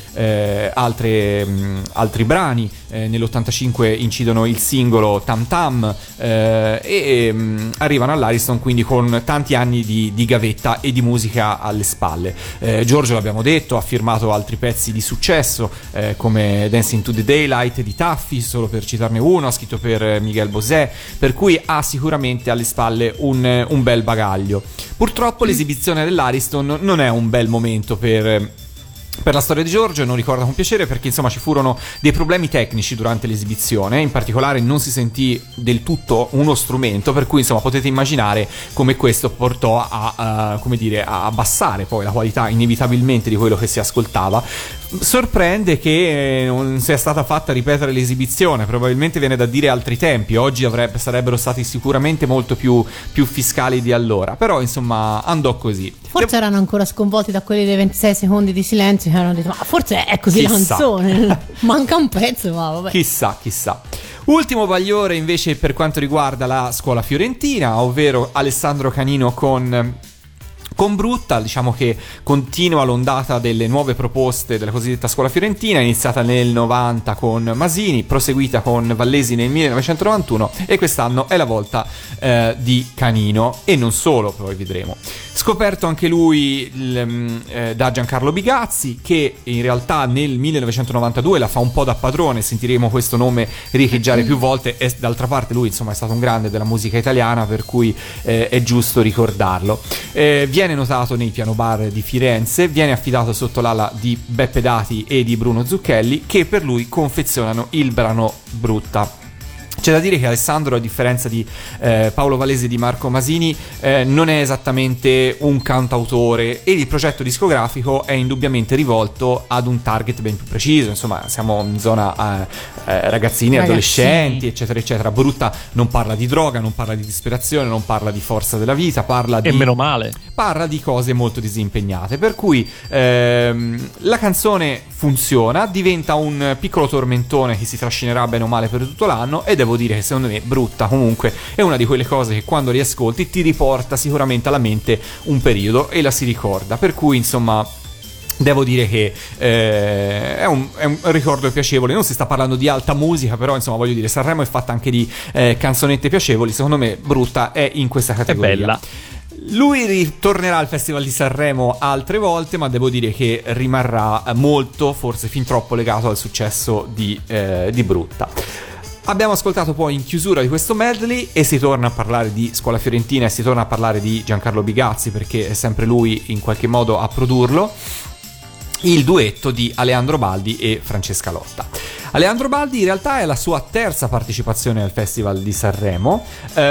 brani. Nell'85 incidono il singolo Tam Tam e arrivano all'Ariston quindi con tanti anni di gavetta e di musica alle spalle. Giorgio, l'abbiamo detto, ha firmato altri pezzi di successo come Dancing to the Daylight di Taffi, solo per citarne uno, ha scritto per Miguel Bosé, per cui ha sicuramente alle spalle un bel bagaglio. Purtroppo l'esibizione dell'Ariston non è un bel momento per la storia di Giorgio, non ricorda con piacere, perché insomma ci furono dei problemi tecnici durante l'esibizione, in particolare non si sentì del tutto uno strumento, per cui insomma potete immaginare come questo portò a abbassare poi la qualità inevitabilmente di quello che si ascoltava. Sorprende che non sia stata fatta ripetere l'esibizione, probabilmente viene da dire altri tempi, oggi sarebbero stati sicuramente molto più fiscali di allora, però insomma andò così. Forse erano ancora sconvolti da quelli dei 26 secondi di silenzio, che hanno detto ma forse è così, chissà. La canzone manca un pezzo, ma vabbè. Chissà. Ultimo bagliore invece per quanto riguarda la scuola fiorentina, ovvero Alessandro Canino con Brutta. Diciamo che continua l'ondata delle nuove proposte della cosiddetta scuola fiorentina, iniziata nel 90 con Masini, proseguita con Vallesi nel 1991, e quest'anno è la volta di Canino, e non solo, poi vedremo. Scoperto anche lui da Giancarlo Bigazzi, che in realtà nel 1992 la fa un po' da padrone, sentiremo questo nome riecheggiare più volte, e d'altra parte lui insomma è stato un grande della musica italiana, per cui è giusto ricordarlo. Viene notato nei piano bar di Firenze, viene affidato sotto l'ala di Beppe Dati e di Bruno Zucchelli, che per lui confezionano il brano Brutta. C'è da dire che Alessandro, a differenza di Paolo Vallesi e di Marco Masini, non è esattamente un cantautore, e il progetto discografico è indubbiamente rivolto ad un target ben più preciso. Insomma, siamo in zona ragazzini, adolescenti, eccetera eccetera. Brutta non parla di droga, non parla di disperazione, non parla di forza della vita, parla di, e meno male, parla di cose molto disimpegnate, per cui la canzone funziona, diventa un piccolo tormentone che si trascinerà bene o male per tutto l'anno, e devo dire che secondo me Brutta comunque è una di quelle cose che quando riascolti ti riporta sicuramente alla mente un periodo e la si ricorda, per cui insomma devo dire che è un ricordo piacevole. Non si sta parlando di alta musica, però insomma voglio dire, Sanremo è fatta anche di canzonette piacevoli. Secondo me Brutta è in questa categoria. È bella. Lui ritornerà al Festival di Sanremo altre volte, ma devo dire che rimarrà molto, forse fin troppo legato al successo di Brutta. Abbiamo ascoltato poi in chiusura di questo medley e si torna a parlare di Scuola Fiorentina e si torna a parlare di Giancarlo Bigazzi, perché è sempre lui in qualche modo a produrlo, il duetto di Aleandro Baldi e Francesca Lotta. Aleandro Baldi in realtà è la sua terza partecipazione al Festival di Sanremo.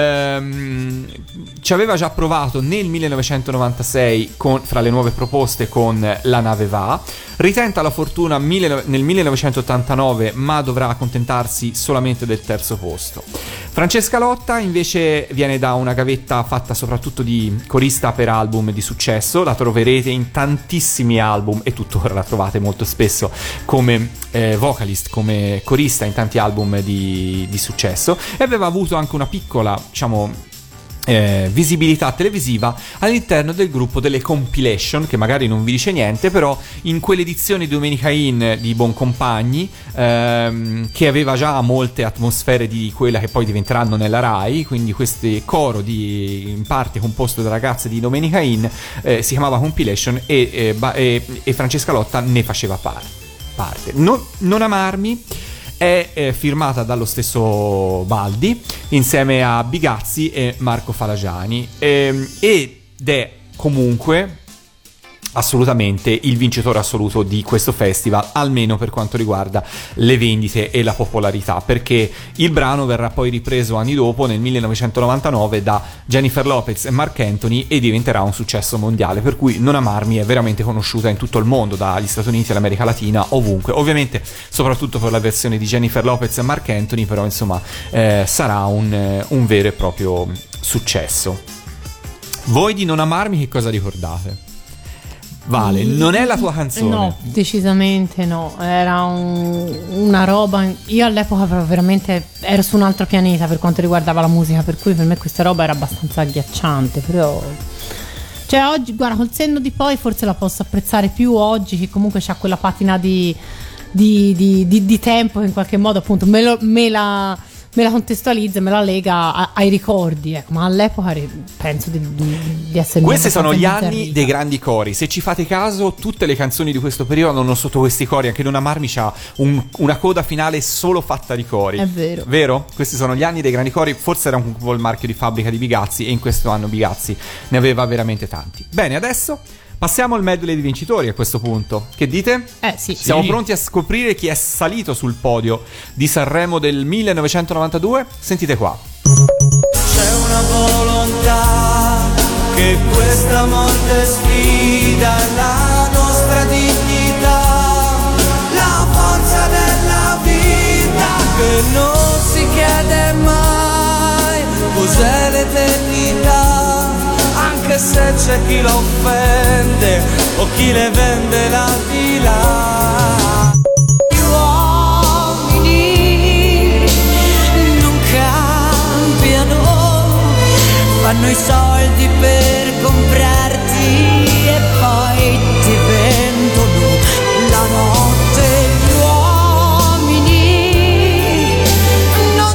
Ci aveva già provato nel 1996 fra le nuove proposte con La nave va. Ritenta la fortuna nel 1989, ma dovrà accontentarsi solamente del terzo posto. Francesca Lotta invece viene da una gavetta fatta soprattutto di corista per album di successo. La troverete in tantissimi album e tuttora la trovate molto spesso come vocalist, come corista in tanti album di successo, e aveva avuto anche una piccola, diciamo, visibilità televisiva all'interno del gruppo delle compilation, che magari non vi dice niente, però in quelle edizioni Domenica In di Boncompagni, che aveva già molte atmosfere di quella che poi diventeranno nella Rai, quindi questo coro in parte composto da ragazze di Domenica In, si chiamava Compilation, e Francesca Lotta ne faceva parte. Non amarmi è firmata dallo stesso Baldi insieme a Bigazzi e Marco Falagiani, ed è comunque assolutamente il vincitore assoluto di questo festival, almeno per quanto riguarda le vendite e la popolarità, perché il brano verrà poi ripreso anni dopo, nel 1999, da Jennifer Lopez e Marc Anthony, e diventerà un successo mondiale, per cui Non amarmi è veramente conosciuta in tutto il mondo, dagli Stati Uniti all'America Latina, ovunque, ovviamente soprattutto per la versione di Jennifer Lopez e Marc Anthony, però insomma sarà un vero e proprio successo. Voi di Non amarmi che cosa ricordate? Vale, non è la tua canzone? No, decisamente no. Era una roba. Io all'epoca però veramente ero su un altro pianeta per quanto riguardava la musica, per cui per me questa roba era abbastanza agghiacciante. Però, cioè, oggi, guarda, col senno di poi forse la posso apprezzare più oggi, che comunque c'ha quella patina di tempo che in qualche modo appunto me la contestualizza e me la lega ai ricordi, ecco. Ma all'epoca penso di essere. Questi sono gli anni dei grandi cori. Se ci fate caso, tutte le canzoni di questo periodo hanno sotto questi cori. Anche Non amarmi c'ha una coda finale solo fatta di cori. È vero. Vero? Questi sono gli anni dei grandi cori. Forse era un po' il marchio di fabbrica di Bigazzi, e in questo anno Bigazzi ne aveva veramente tanti. Bene, adesso passiamo al medley dei vincitori a questo punto. Che dite? Sì. Siamo pronti a scoprire chi è salito sul podio di Sanremo del 1992? Sentite qua. C'è una volontà che questa morte sfida, la nostra dignità, la forza della vita, che non si chiede mai cos'è l'eternità, anche se c'è chi la offende o chi le vende l'aldilà. Gli uomini non cambiano, fanno i soldi per comprarti e poi ti vendono la notte. Gli uomini non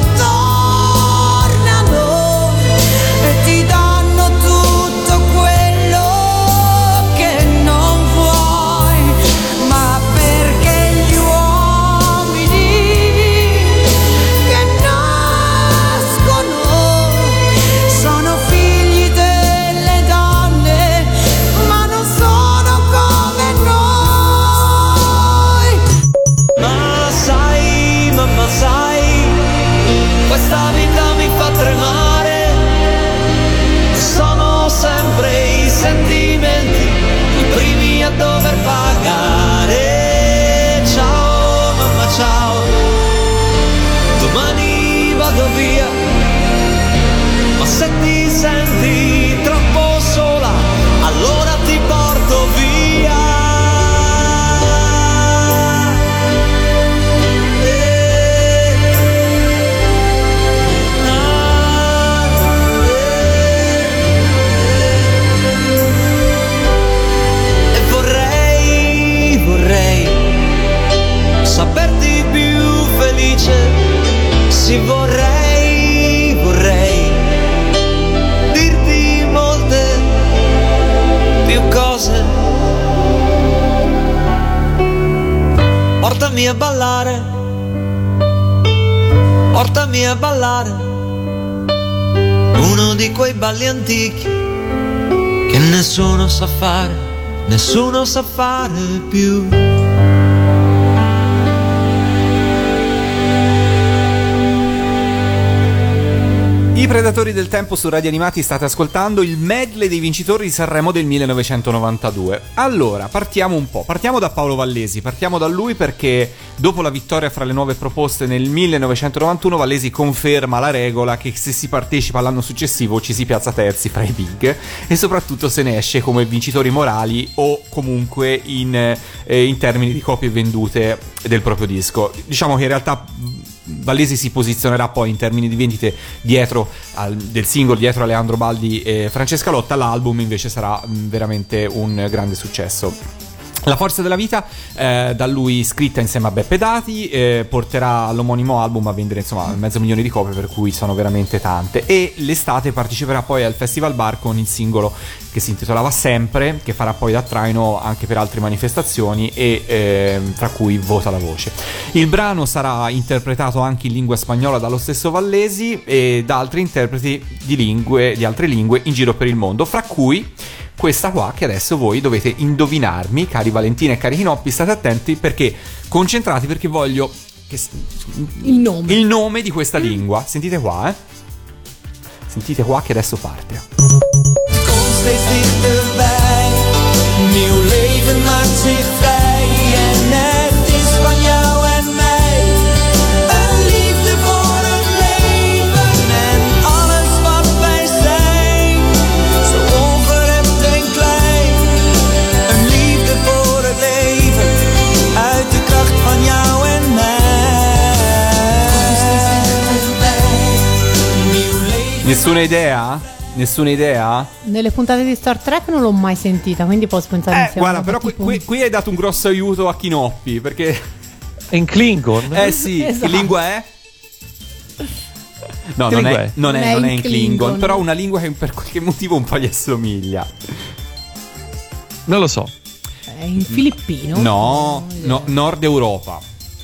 tornano e ti danno tutto quello che non vuoi, ma perché gli uomini che nascono sono figli delle donne, ma non sono come noi. Ma sai, mamma sai, questa vita mi fa tremare, sono sempre i sentimenti i primi a dover pagare. Ciao mamma ciao, domani vado via, ma se ti senti troppo sola, allora ti porto via. E vorrei portami a ballare uno di quei balli antichi che nessuno sa fare più. I Predatori del Tempo su Radio Animati, state ascoltando il medley dei vincitori di Sanremo del 1992. Allora, partiamo da Paolo Vallesi, partiamo da lui perché dopo la vittoria fra le nuove proposte nel 1991 Vallesi conferma la regola che se si partecipa l'anno successivo ci si piazza terzi fra i big e soprattutto se ne esce come vincitori morali o comunque in termini di copie vendute del proprio disco. Diciamo che in realtà Vallesi si posizionerà poi in termini di vendite dietro del singolo, dietro a Leandro Baldi e Francesca Lotta. L'album invece sarà veramente un grande successo. La forza della vita, da lui scritta insieme a Beppe Dati, porterà l'omonimo album a vendere insomma 500.000 di copie, per cui sono veramente tante. E l'estate parteciperà poi al Festival Bar con il singolo che si intitolava Sempre, che farà poi da traino anche per altre manifestazioni e tra cui Vota la Voce. Il brano sarà interpretato anche in lingua spagnola dallo stesso Vallesi e da altri interpreti di altre lingue in giro per il mondo, fra cui questa qua che adesso voi dovete indovinarmi, cari Valentina e cari Chinoppi. State attenti perché concentrati, perché voglio che il nome di questa lingua. Sentite qua, sentite qua che adesso parte. Kom steeds dichterbij, nieuw leven maakt zich vrij en het is van jou en mij. Een liefde voor het leven en alles wat wij zijn, zo ongerept en klein. Een liefde voor het leven, uit de kracht van jou en mij. Nieuw leven. Nessuna idea? Nelle puntate di Star Trek non l'ho mai sentita, quindi posso pensare sia guarda, una però tipo- qui hai dato un grosso aiuto a Chinoppi, perché È in Klingon? sì, Esatto. che lingua è? No, non è in Klingon, però una lingua che per qualche motivo un po' gli assomiglia. Non lo so. È in filippino? No, Nord Europa.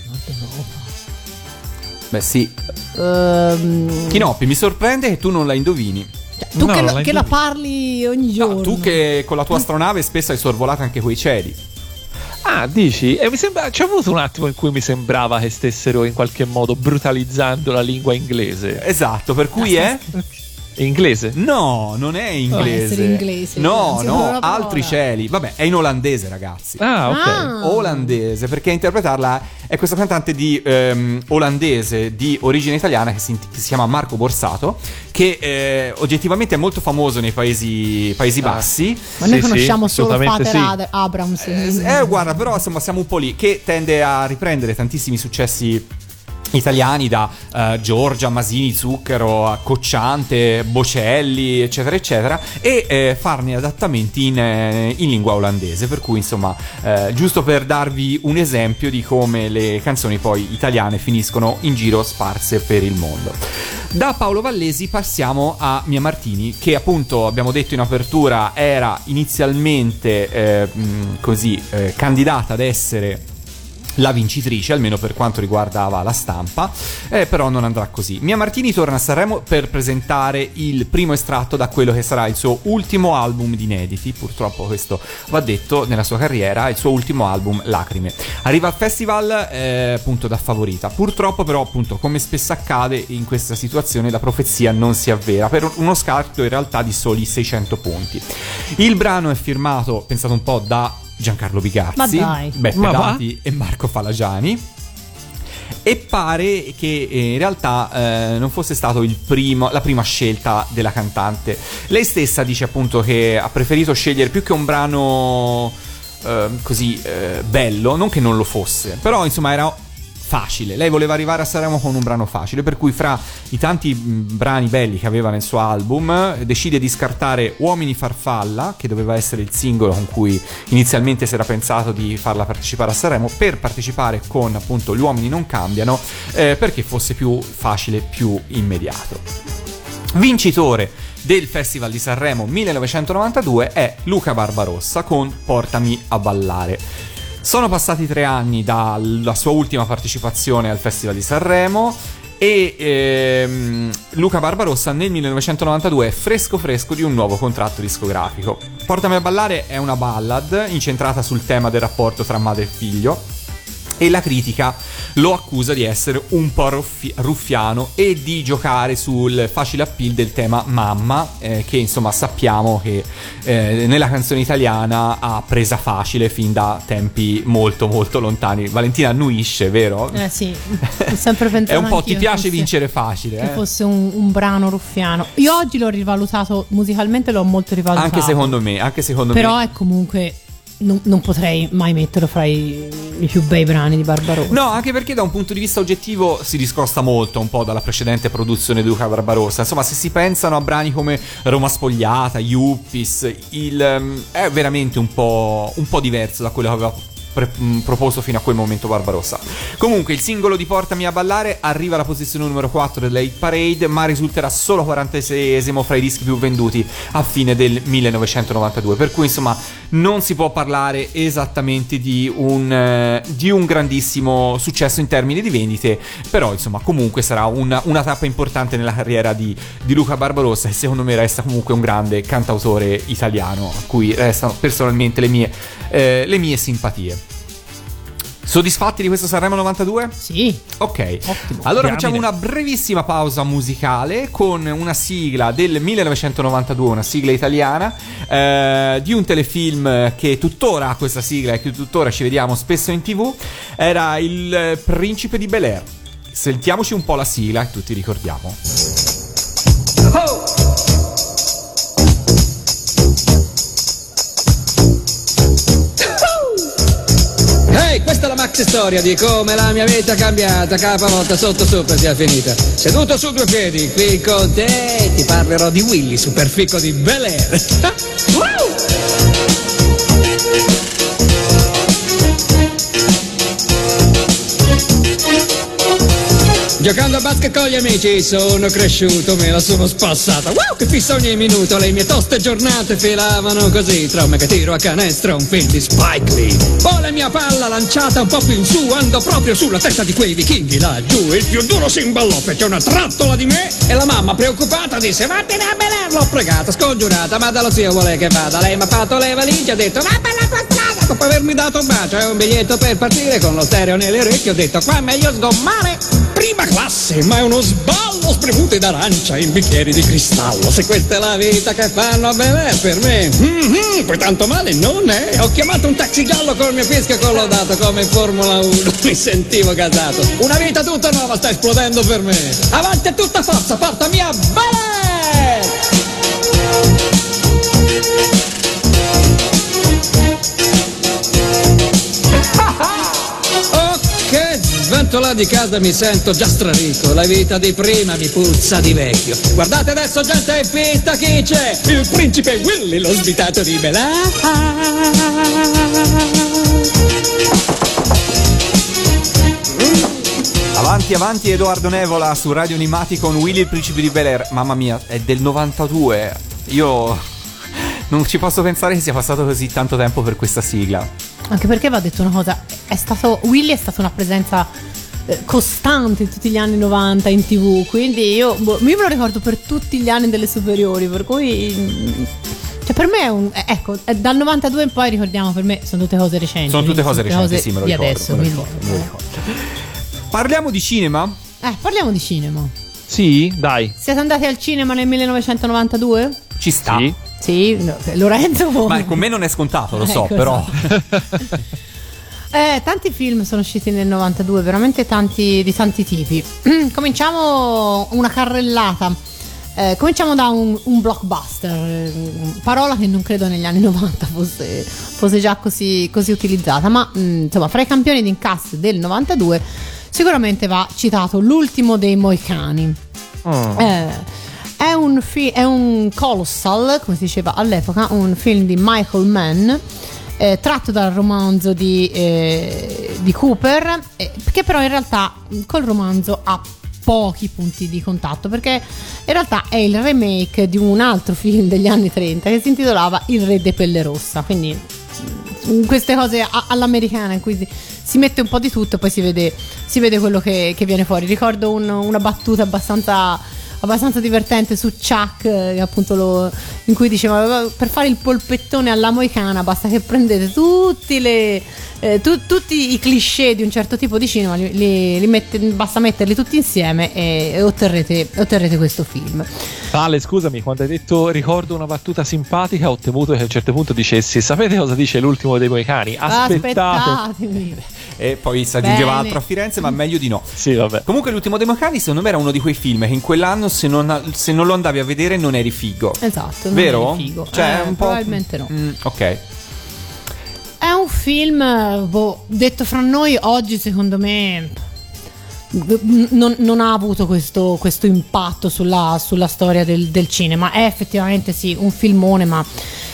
Beh sì. Chinoppi, mi sorprende che tu non la indovini. Tu No, che, non la che la indovino. parli ogni giorno. Tu che con la tua astronave spesso hai sorvolato anche quei cieli. Ah, dici? Mi sembra, c'è avuto un attimo in cui mi sembrava che stessero in qualche modo brutalizzando la lingua inglese. Esatto, per cui è? Inglese? No, non è inglese. essere inglese, No, anzi, una parola. altri cieli. Vabbè, è in olandese, ragazzi. Ah, ok. Ah. Olandese, perché a interpretarla è questo cantante di olandese di origine italiana che si chiama Marco Borsato, che oggettivamente è molto famoso nei Paesi Bassi. Ma noi Sì, conosciamo sì, solo assolutamente Father sì. Abrams. Guarda, però insomma siamo un po' lì, che tende a riprendere tantissimi successi italiani da Giorgia, Masini, Zucchero, a Cocciante, Bocelli, eccetera eccetera, e farne adattamenti in lingua olandese, per cui insomma giusto per darvi un esempio di come le canzoni poi italiane finiscono in giro sparse per il mondo. Da Paolo Vallesi passiamo a Mia Martini, che appunto abbiamo detto in apertura era inizialmente candidata ad essere la vincitrice, almeno per quanto riguardava la stampa, però non andrà così. Mia Martini torna a Sanremo per presentare il primo estratto da quello che sarà il suo ultimo album di inediti, purtroppo questo va detto, nella sua carriera, il suo ultimo album Lacrime. Arriva al festival appunto da favorita, purtroppo però appunto come spesso accade in questa situazione la profezia non si avvera, per uno scarto in realtà di soli 600 punti. Il brano è firmato, pensate un po', da Giancarlo Bigazzi, Ma dai. Beppe Ma va? Dati e Marco Falagiani, e pare che in realtà non fosse stato la prima scelta della cantante. Lei stessa dice appunto che ha preferito scegliere, più che un brano bello, non che non lo fosse, però insomma era facile. Lei voleva arrivare a Sanremo con un brano facile, per cui fra i tanti brani belli che aveva nel suo album decide di scartare Uomini Farfalla, che doveva essere il singolo con cui inizialmente si era pensato di farla partecipare a Sanremo, per partecipare con appunto Gli Uomini Non Cambiano, perché fosse più facile, più immediato. Vincitore del Festival di Sanremo 1992 è Luca Barbarossa con Portami a ballare. Sono passati 3 anni dalla sua ultima partecipazione al Festival di Sanremo e Luca Barbarossa nel 1992 è fresco di un nuovo contratto discografico. Portami a ballare è una ballad incentrata sul tema del rapporto tra madre e figlio, e la critica lo accusa di essere un po' ruffiano e di giocare sul facile appeal del tema mamma, che insomma sappiamo che nella canzone italiana ha presa facile fin da tempi molto molto lontani. Valentina annuisce, vero? Sì, ho sempre pensato è un po' anch'io ti piace fosse, vincere facile, che fosse un brano ruffiano. Io oggi l'ho rivalutato musicalmente, l'ho molto rivalutato, anche secondo me però è comunque non potrei mai metterlo fra i più bei brani di Barbarossa. No, anche perché da un punto di vista oggettivo si discosta molto un po' dalla precedente produzione di Luca Barbarossa. Insomma, se si pensano a brani come Roma Spogliata, Yuppies, è veramente un po' diverso da quello che aveva proposto fino a quel momento Barbarossa. Comunque il singolo di Portami a ballare arriva alla posizione numero 4 della Hit Parade, ma risulterà solo 46esimo fra i dischi più venduti a fine del 1992, per cui insomma non si può parlare esattamente di un grandissimo successo in termini di vendite, però insomma comunque sarà una tappa importante nella carriera di Luca Barbarossa, e secondo me resta comunque un grande cantautore italiano a cui restano personalmente le mie simpatie. Soddisfatti di questo Sanremo 92? Sì. Ok. Ottimo. Allora facciamo una brevissima pausa musicale con una sigla del 1992, una sigla italiana di un telefilm che tuttora ha questa sigla e che tuttora ci vediamo spesso in TV. Era Il Principe di Bel-Air. Sentiamoci un po' la sigla e tutti ricordiamo. Oh! Ehi, questa è la maxi storia di come la mia vita è cambiata, capavolta sotto sopra sia finita. Seduto su due piedi, qui con te ti parlerò di Willy, superfico di Bel-Air. Giocando a basket con gli amici sono cresciuto, me la sono spassata. Wow, che fissa ogni minuto, le mie toste giornate filavano così. Tra me che tiro a canestro, un film di Spike Lee. Poi la mia palla lanciata un po' più in su, andò proprio sulla testa di quei vichinghi laggiù. Il più duro si imballò, fece una trattola di me e la mamma preoccupata disse: vattene a Bel-Air. L'ho pregata, scongiurata, ma dallo zio vuole che vada. Lei mi ha fatto le valigie, ha detto: va per la tua strada. Dopo avermi dato un bacio e un biglietto per partire, con lo stereo nelle orecchie ho detto: qua è meglio sgommare. Prima classe, ma è uno sballo, spremute d'arancia in bicchieri di cristallo. Se questa è la vita che fanno a Bel-Air per me, poi tanto male non è. Ho chiamato un taxi giallo col mio fischio collaudato come in Formula 1, mi sentivo gasato. Una vita tutta nuova sta esplodendo per me. Avanti a tutta forza, portami a Bel-Air! Là di casa mi sento già strarico, la vita di prima mi puzza di vecchio. Guardate adesso gente in pista, chi c'è? Il principe Willy, lo svitato di Bel-Air. Avanti Edoardo Nevola su Radio Animati con Willy il principe di Bel-Air. Mamma mia, è del 92. Io non ci posso pensare che sia passato così tanto tempo per questa sigla. Anche perché va detto una cosa, Willy è stata una presenza costante in tutti gli anni 90 in TV, quindi io me lo ricordo per tutti gli anni delle superiori, per cui cioè per me è dal 92 in poi, ricordiamo, per me sono tutte cose recenti. Sono tutte cose recenti, sì, me lo ricordo. Adesso, me lo ricordo. Parliamo di cinema? Parliamo di cinema. Sì, dai. Siete andati al cinema nel 1992? Ci sta. Sì, no, Lorenzo. Ma con me non è scontato, lo so, però. Tanti film sono usciti nel 92, veramente tanti, di tanti tipi. Cominciamo una carrellata. Cominciamo da un blockbuster, parola che non credo negli anni 90 fosse già così utilizzata, ma insomma, fra i campioni di incasso del 92 sicuramente va citato L'ultimo dei Moicani. È un colossal, come si diceva all'epoca, un film di Michael Mann, tratto dal romanzo di Cooper, che però in realtà col romanzo ha pochi punti di contatto, perché in realtà è il remake di un altro film degli anni 30 che si intitolava Il Re de Pelle Rossa, quindi queste cose all'americana in cui si mette un po' di tutto e poi si vede quello che viene fuori. Ricordo una battuta abbastanza divertente su Chuck, che appunto in cui diceva: per fare il polpettone alla moicana basta che prendete tutti i cliché di un certo tipo di cinema, basta metterli tutti insieme e otterrete questo film. Ale, scusami, quando hai detto ricordo una battuta simpatica, ho temuto che a un certo punto dicessi: sapete cosa dice l'ultimo dei moicani? Aspettatemi. E poi si aggiungeva altro a Firenze, ma meglio di no. Sì, vabbè. Comunque l'ultimo dei moicani secondo me era uno di quei film che in quell'anno se non lo andavi a vedere non eri figo. Esatto, non vero? eri figo. Cioè, un po'... probabilmente no. Ok. È un film, detto fra noi, oggi secondo me non ha avuto questo impatto sulla storia del cinema. È effettivamente sì un filmone, ma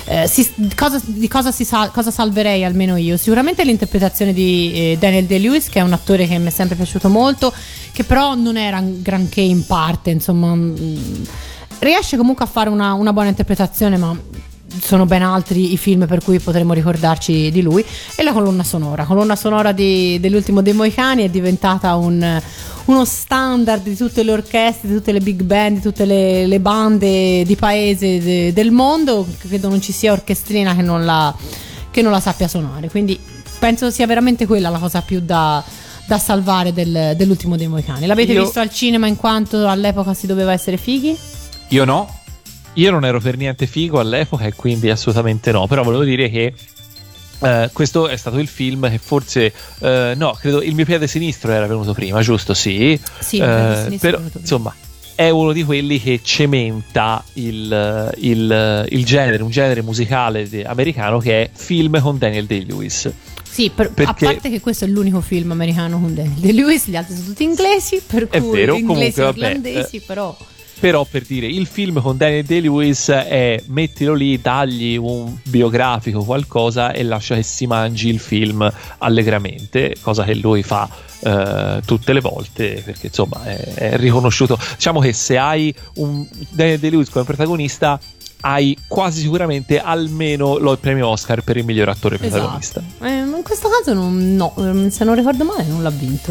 cosa salverei almeno io? Sicuramente l'interpretazione di Daniel Day-Lewis, che è un attore che mi è sempre piaciuto molto, che però non era granché in parte, insomma, riesce comunque a fare una buona interpretazione, ma sono ben altri i film per cui potremmo ricordarci di lui. E la colonna sonora dell'ultimo dei Moicani è diventata uno standard di tutte le orchestre, di tutte le big band, di tutte le bande di paese del mondo. Credo non ci sia orchestrina che non la sappia suonare, quindi penso sia veramente quella la cosa più da salvare dell'ultimo dei Moicani. L'avete visto al cinema in quanto all'epoca si doveva essere fighi? Io no. Io non ero per niente figo all'epoca e quindi assolutamente no, però volevo dire che questo è stato il film che forse no, credo Il mio piede sinistro era venuto prima, giusto? Sì, però insomma è uno di quelli che cementa il genere, un genere musicale americano che è film con Daniel Day-Lewis. Sì, perché... a parte che questo è l'unico film americano con Daniel Day-Lewis, gli altri sono tutti inglesi, per cui vero, inglesi comunque, e irlandesi, Però per dire, il film con Daniel Day-Lewis è mettilo lì, dagli un biografico qualcosa e lascia che si mangi il film allegramente, cosa che lui fa tutte le volte, perché insomma è riconosciuto. Diciamo che se hai un Daniel Day-Lewis come protagonista hai quasi sicuramente almeno il premio Oscar per il miglior attore protagonista. In questo caso no, se non ricordo male non l'ha vinto.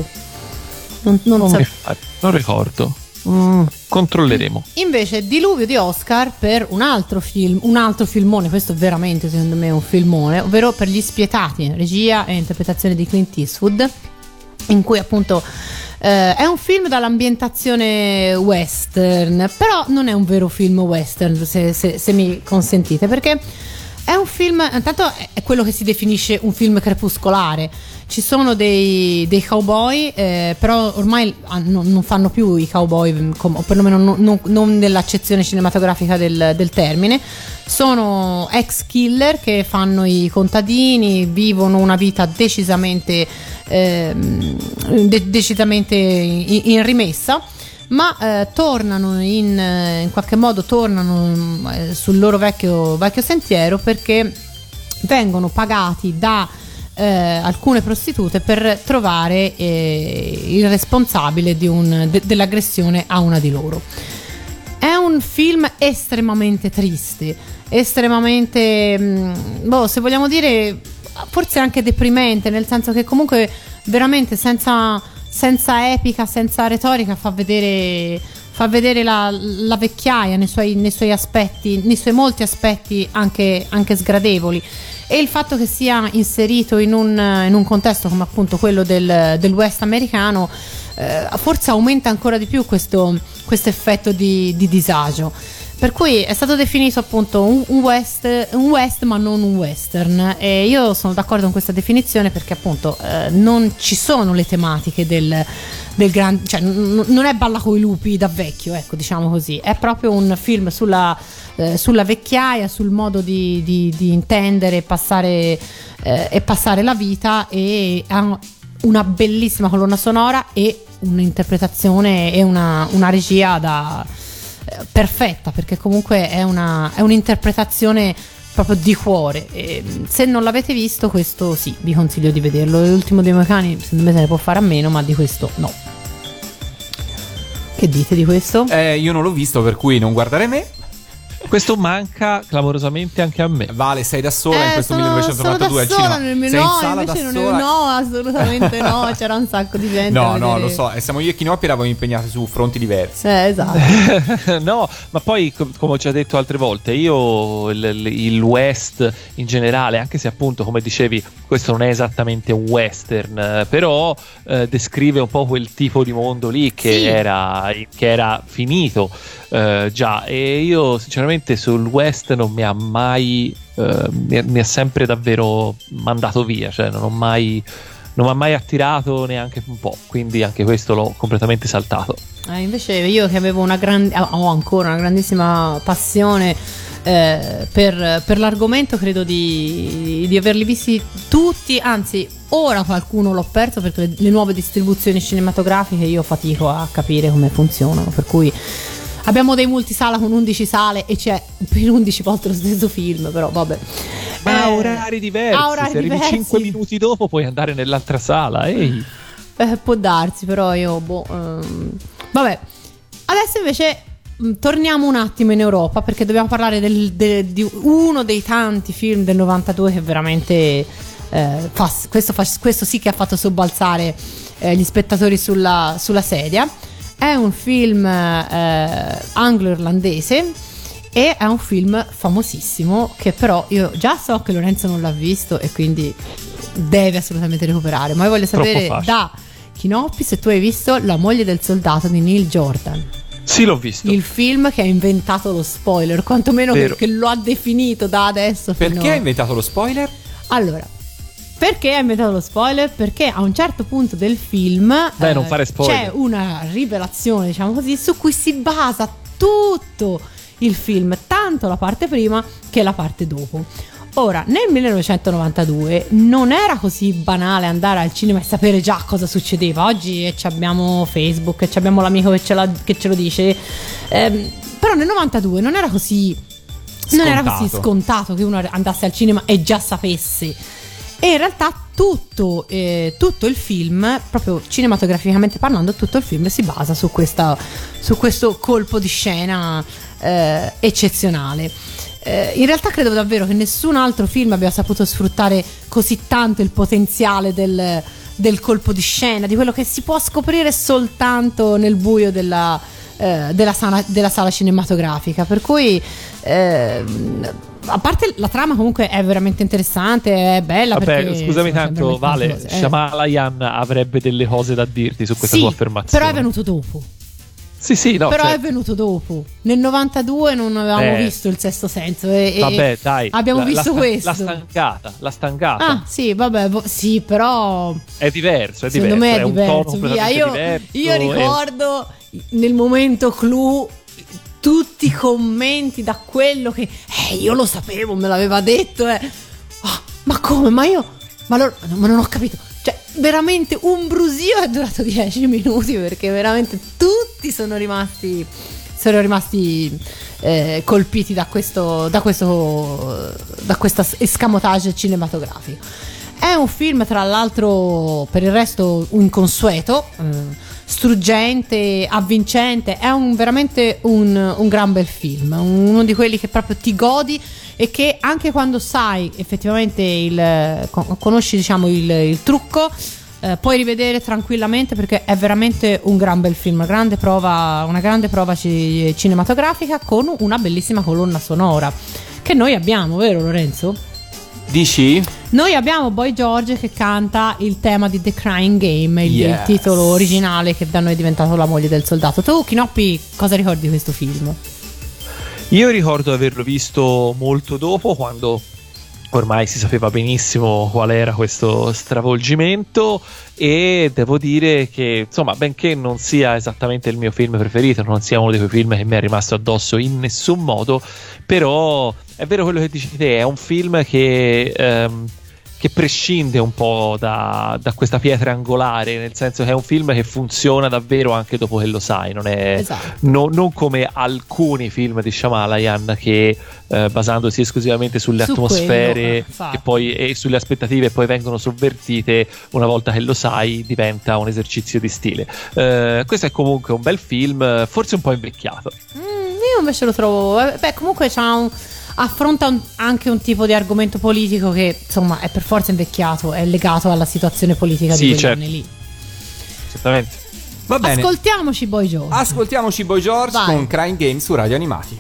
Non ricordo. Controlleremo. Invece diluvio di Oscar per un altro filmone, questo veramente secondo me è un filmone, ovvero Per gli spietati, regia e interpretazione di Clint Eastwood, in cui appunto è un film dall'ambientazione western, però non è un vero film western, se mi consentite, perché è un film, intanto è quello che si definisce un film crepuscolare. Ci sono dei cowboy, però ormai non fanno più i cowboy, o perlomeno non nell'accezione cinematografica del termine. Sono ex killer che fanno i contadini, vivono una vita decisamente in rimessa, ma tornano in qualche modo sul loro vecchio sentiero, perché vengono pagati da alcune prostitute per trovare il responsabile dell'aggressione a una di loro. È un film estremamente triste, estremamente se vogliamo dire forse anche deprimente, nel senso che comunque veramente senza epica, senza retorica fa vedere la vecchiaia nei suoi aspetti, nei suoi molti aspetti anche sgradevoli. E il fatto che sia inserito in un contesto come appunto quello del West americano forse aumenta ancora di più questo effetto di disagio, per cui è stato definito appunto un West ma non un western, e io sono d'accordo con questa definizione, perché appunto non ci sono le tematiche del grande, cioè non è Balla coi lupi da vecchio, ecco, diciamo così. È proprio un film sulla vecchiaia, sul modo di intendere e passare la vita, e ha una bellissima colonna sonora e un'interpretazione e una regia perfetta, perché comunque è un'interpretazione proprio di cuore. E se non l'avete visto, questo sì, vi consiglio di vederlo. L'ultimo dei Moicani secondo me se ne può fare a meno, ma di questo no. Che dite di questo? Io non l'ho visto, per cui non guardare me. Questo manca clamorosamente anche a me. Vale, sei da sola in questo sono 1992 al da sola cinema. nel mio, Sei in no, sala invece da non sola. no, assolutamente no, c'era un sacco di gente. No, a no, vedere. lo so, siamo io e Chinoppi eravamo impegnati su fronti diversi. Esatto. No, ma poi come ho già detto altre volte, io il West in generale, anche se appunto come dicevi questo non è esattamente un western, però descrive un po' quel tipo di mondo lì che era finito già, e io sinceramente sul West non mi ha mai mi ha sempre davvero mandato via, cioè non mi ha mai attirato neanche un po', quindi anche questo l'ho completamente saltato. Invece io che avevo ho ancora una grandissima passione per l'argomento, credo di averli visti tutti, anzi ora qualcuno l'ho perso perché le nuove distribuzioni cinematografiche io fatico a capire come funzionano, per cui abbiamo dei multisala con 11 sale e c'è per 11 volte lo stesso film, però vabbè. Ma a orari diversi, se arrivi diversi. 5 minuti dopo puoi andare nell'altra sala. Ehi. Può darsi, però io vabbè. Adesso invece torniamo un attimo in Europa, perché dobbiamo parlare di uno dei tanti film del 92 che veramente questo sì che ha fatto sobbalzare gli spettatori sulla sedia. È un film anglo-irlandese e è un film famosissimo che però io già so che Lorenzo non l'ha visto e quindi deve assolutamente recuperare, ma io voglio sapere da Chinoppi se tu hai visto La moglie del soldato di Neil Jordan. Sì, l'ho visto. Il film che ha inventato lo spoiler, quantomeno che lo ha definito da adesso. Perché ha inventato lo spoiler? Allora, perché ha inventato lo spoiler? Perché a un certo punto del film non fare spoiler. C'è una rivelazione, diciamo così, su cui si basa tutto il film, tanto la parte prima che la parte dopo. Ora, nel 1992 non era così banale andare al cinema e sapere già cosa succedeva. Oggi abbiamo Facebook e abbiamo l'amico che ce lo dice, però nel 92 non era così scontato che uno andasse al cinema e già sapesse. E in realtà tutto il film, proprio cinematograficamente parlando, tutto il film si basa su questo colpo di scena eccezionale. In realtà credo davvero che nessun altro film abbia saputo sfruttare così tanto il potenziale del colpo di scena, di quello che si può scoprire soltanto nel buio della sala cinematografica. Per cui a parte la trama comunque è veramente interessante, è bella. Vabbè, perché scusami tanto, Vale, Shyamalan avrebbe delle cose da dirti su questa tua affermazione. Però è venuto dopo. Sì, no, però cioè... è venuto dopo. Nel 92 non avevamo visto Il Sesto Senso vabbè, dai, abbiamo visto questo. La stangata. Ah, sì, vabbè, sì, però è diverso, secondo me è un diverso. tono Via. Io ricordo nel momento clou tutti i commenti da quello che io lo sapevo, me l'aveva detto ma come? Ma non ho capito. Cioè, veramente un brusio è durato 10 minuti perché veramente tutti sono rimasti colpiti da questo escamotage cinematografico. È un film, tra l'altro, per il resto inconsueto, struggente, avvincente. È veramente un gran bel film, uno di quelli che proprio ti godi e che anche quando sai effettivamente conosci, diciamo, il trucco, puoi rivedere tranquillamente perché è veramente un gran bel film, una grande prova cinematografica con una bellissima colonna sonora che noi abbiamo, vero Lorenzo? Dici? Noi abbiamo Boy George che canta il tema di The Crying Game, il titolo originale che da noi è diventato La moglie del soldato. Tu, Chinoppi, cosa ricordi di questo film? Io ricordo averlo visto molto dopo, quando ormai si sapeva benissimo qual era questo stravolgimento, e devo dire che, insomma, benché non sia esattamente il mio film preferito, non sia uno di quei film che mi è rimasto addosso in nessun modo, però è vero quello che dici te, è un film che prescinde un po' da questa pietra angolare, nel senso che è un film che funziona davvero anche dopo che lo sai, non è non come alcuni film di Shyamalan che basandosi esclusivamente sulle atmosfere e sulle aspettative e poi vengono sovvertite una volta che lo sai, diventa un esercizio di stile. Questo è comunque un bel film, forse un po' invecchiato. io invece lo trovo, comunque affronta anche un tipo di argomento politico che insomma è per forza invecchiato, è legato alla situazione politica di quegli anni lì. Certamente. Va bene. Ascoltiamoci Boy George. Vai. Con Crying Game su Radio Animati.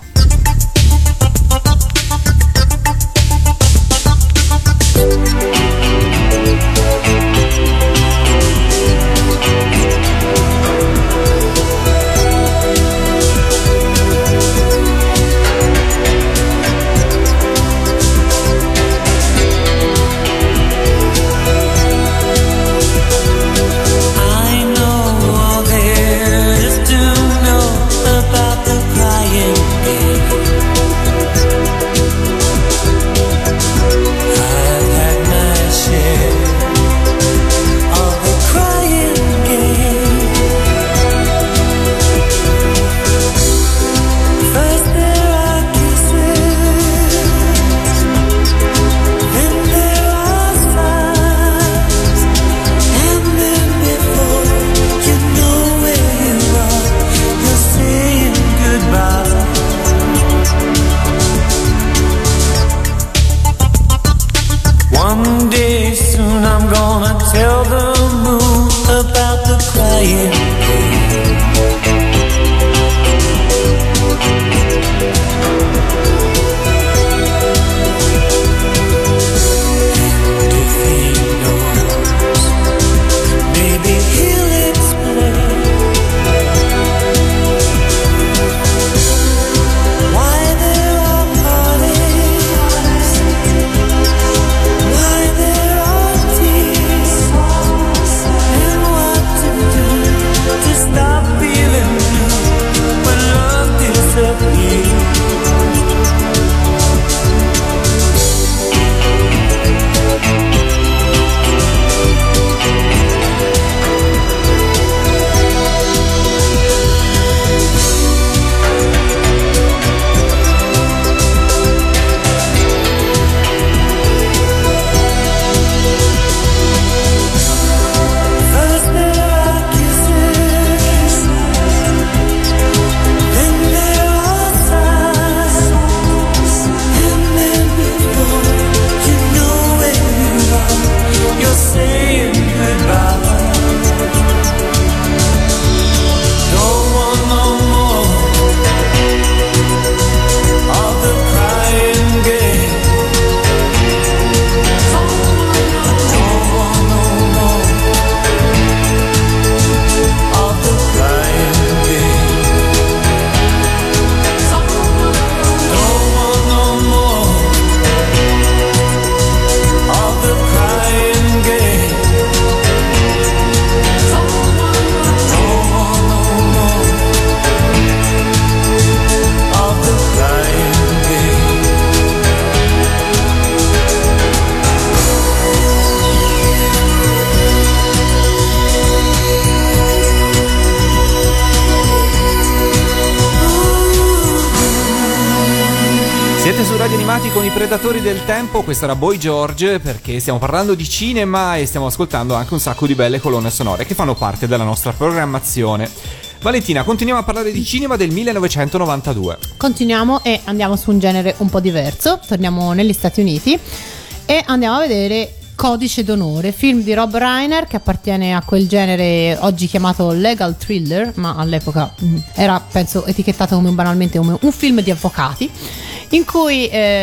Siete su Radio Animati con i Predatori del Tempo, questo era Boy George, perché stiamo parlando di cinema e stiamo ascoltando anche un sacco di belle colonne sonore che fanno parte della nostra programmazione. Valentina, continuiamo a parlare di cinema del 1992. Continuiamo e andiamo su un genere un po' diverso, torniamo negli Stati Uniti e andiamo a vedere Codice d'onore, film di Rob Reiner che appartiene a quel genere oggi chiamato legal thriller, ma all'epoca era, penso, etichettato come banalmente come un film di avvocati, in cui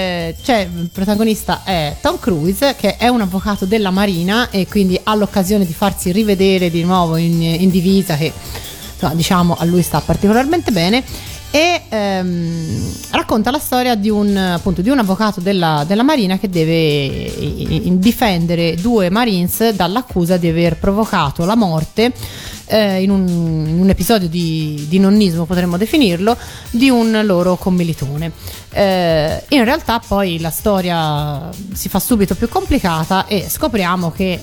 il protagonista è Tom Cruise, che è un avvocato della Marina e quindi ha l'occasione di farsi rivedere di nuovo in divisa, che insomma, diciamo a lui sta particolarmente bene, e racconta la storia di un avvocato della Marina che deve difendere due Marines dall'accusa di aver provocato la morte in un episodio di nonnismo, potremmo definirlo, di un loro commilitone. In realtà poi la storia si fa subito più complicata e scopriamo che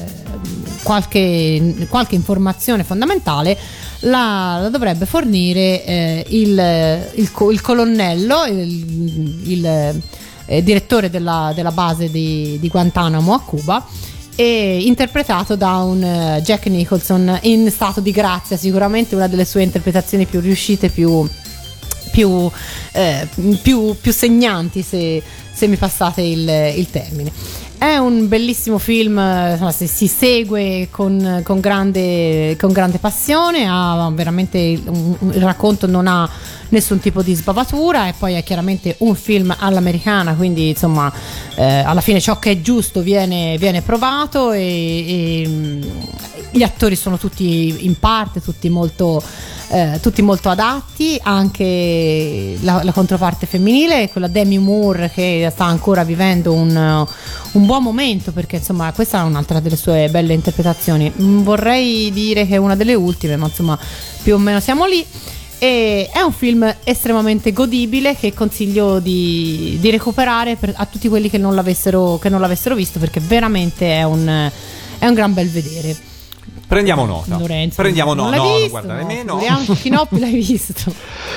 qualche informazione fondamentale la dovrebbe fornire il colonnello, il direttore della base di Guantanamo a Cuba, e interpretato da un Jack Nicholson in stato di grazia, sicuramente una delle sue interpretazioni più riuscite, più più segnanti, se mi passate il termine. È un bellissimo film, insomma, si segue con grande passione, veramente il racconto non ha nessun tipo di sbavatura, e poi è chiaramente un film all'americana, quindi insomma alla fine ciò che è giusto viene provato, e gli attori sono tutti in parte, tutti molto adatti, anche la controparte femminile, quella Demi Moore, che sta ancora vivendo un buon momento, perché insomma questa è un'altra delle sue belle interpretazioni. Vorrei dire che è una delle ultime, ma insomma più o meno siamo lì. E è un film estremamente godibile, che consiglio di recuperare a tutti quelli che non l'avessero visto, perché veramente è un gran bel vedere. Prendiamo nota. Lorenzo, Prendiamo non nota. l'hai No, visto? guarda, nemmeno. Chinoppi l'hai visto?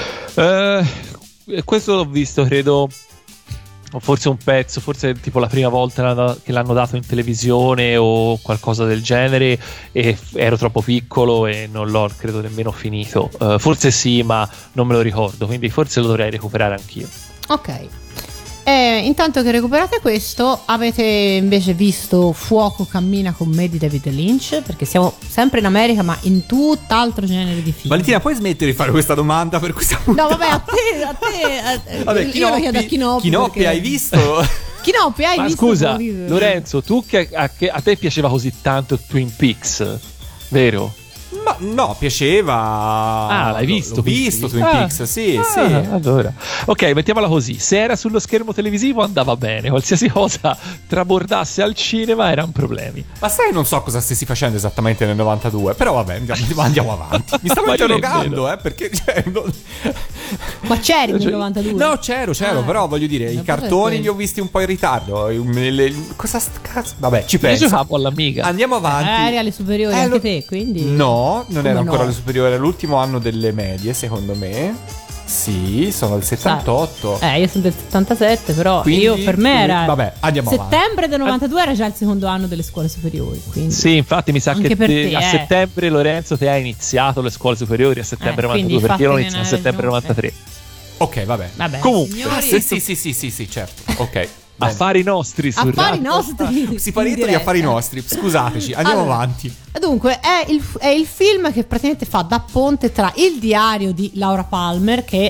Questo l'ho visto, credo, forse un pezzo, forse tipo la prima volta che l'hanno dato in televisione o qualcosa del genere, e ero troppo piccolo e non l'ho, credo, nemmeno finito. Forse sì, ma non me lo ricordo, quindi forse lo dovrei recuperare anch'io. Ok. Intanto che recuperate questo, avete invece visto Fuoco cammina con me di David Lynch? Perché siamo sempre in America, ma in tutt'altro genere di film. Valentina, puoi smettere di fare questa domanda per questa puntata? No, vabbè, a te Vabbè, io lo chiedo a Chinoppi perché... hai visto? Chinoppi, hai ma visto? Scusa, Lorenzo, tu a te piaceva così tanto Twin Peaks, vero? Ma no, piaceva. Ah, l'hai visto? L'ho visto Twin Peaks, sì. Allora, ok, mettiamola così: se era sullo schermo televisivo andava bene, qualsiasi cosa trabordasse al cinema erano problemi. Ma sai, non so cosa stessi facendo esattamente nel 92, però vabbè, andiamo avanti. Mi stavo interrogando, perché ma c'eri nel 92? No, c'ero, però voglio dire, i cartoni li ho visti un po' in ritardo. Cosa cazzo? Vabbè, ci penso. Io giocavo all'Amiga. Andiamo avanti. Eri alle superiori anche te, quindi? No, non era ancora no? alle superiori, era l'ultimo anno delle medie, secondo me. Sì, sono del 78. Io sono del 77, però quindi, per me era vabbè, andiamo settembre del 92 era già il secondo anno delle scuole superiori, quindi. Sì, infatti mi sa anche che a settembre, Lorenzo, te hai iniziato le scuole superiori a settembre 92, perché io l'ho iniziato a settembre 93. Ok, vabbè. Comunque, sì, certo. Ok. Affari nostri su Affari nostri. Siparietto di affari nostri. Scusateci, andiamo avanti. Dunque, è il film che praticamente fa da ponte tra Il diario di Laura Palmer, che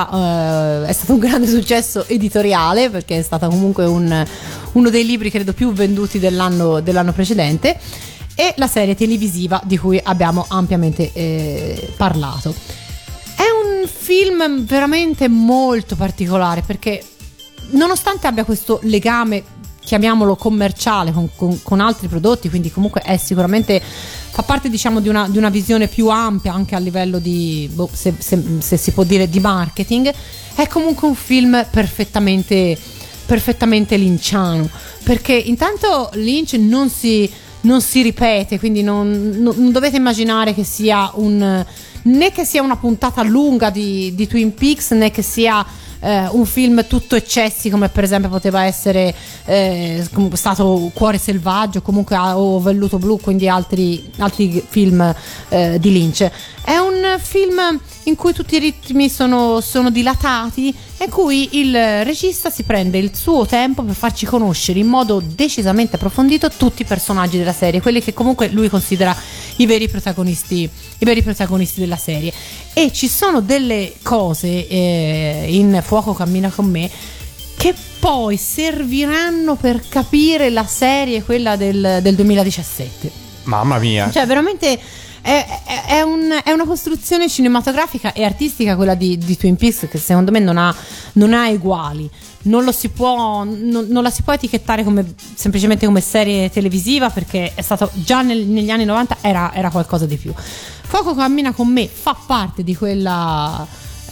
è stato un grande successo editoriale, perché è stato comunque uno dei libri credo più venduti dell'anno precedente, e la serie televisiva di cui abbiamo ampiamente parlato. È un film veramente molto particolare, perché nonostante abbia questo legame, chiamiamolo commerciale, con altri prodotti, quindi comunque è sicuramente fa parte, diciamo, di una visione più ampia anche a livello di se si può dire di marketing, è comunque un film perfettamente lynchiano, perché intanto Lynch non si ripete, quindi non dovete immaginare che sia né che sia una puntata lunga di Twin Peaks, né che sia un film tutto eccessi, come per esempio poteva essere stato Cuore selvaggio, comunque, o Velluto blu, quindi altri film di Lynch. È un film in cui tutti i ritmi sono dilatati, e cui il regista si prende il suo tempo per farci conoscere in modo decisamente approfondito tutti i personaggi della serie, quelli che comunque lui considera i veri protagonisti della serie. E ci sono delle cose in Fuoco cammina con me che poi serviranno per capire la serie, quella del 2017. Mamma mia. Cioè veramente è una costruzione cinematografica e artistica, quella di Twin Peaks, che secondo me non ha eguali. Non la si può etichettare semplicemente come serie televisiva, perché è stato già negli anni 90 era qualcosa di più. Fuoco cammina con me fa parte di quella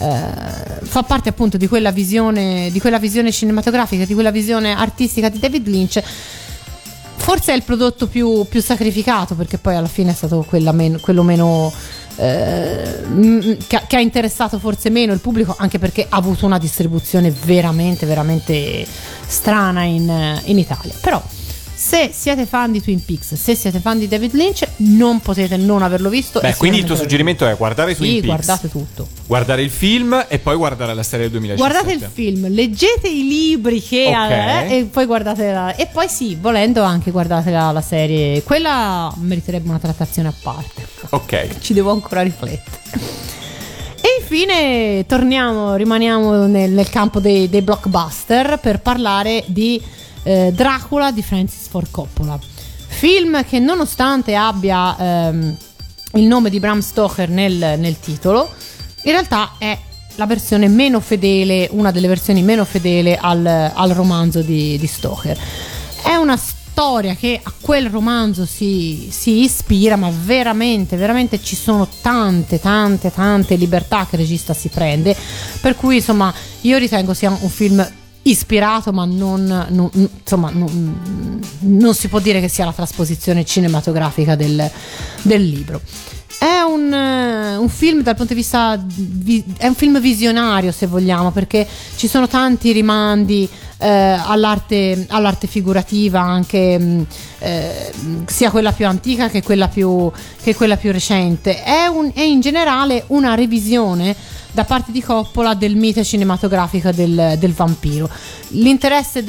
fa parte appunto di quella visione cinematografica, di quella visione artistica di David Lynch. Forse è il prodotto più sacrificato, perché poi alla fine è stato quello meno che ha interessato forse meno il pubblico, anche perché ha avuto una distribuzione veramente strana in Italia. Però Se siete fan di Twin Peaks, se siete fan di David Lynch, non potete non averlo visto. Beh, quindi il tuo suggerimento è guardare Twin Peaks. Guardate tutto. Guardare il film e poi guardare la serie del 2017. Guardate il film, leggete i libri che e poi guardate e poi sì, volendo anche guardate la serie. Quella meriterebbe una trattazione a parte. Ok. Ci devo ancora riflettere. E infine rimaniamo nel campo dei blockbuster per parlare di Dracula di Francis Ford Coppola. Film che nonostante abbia il nome di Bram Stoker nel titolo, in realtà è la versione meno fedele, una delle versioni meno fedele al romanzo di Stoker. È una storia che a quel romanzo si ispira, ma veramente, veramente ci sono tante libertà che il regista si prende, per cui insomma io ritengo sia un film ispirato, ma non si può dire che sia la trasposizione cinematografica del libro. È un film dal punto di vista è un film visionario, se vogliamo, perché ci sono tanti rimandi all'arte figurativa, anche sia quella più antica che quella più recente. È in generale una revisione da parte di Coppola del mito cinematografico del vampiro. L'interesse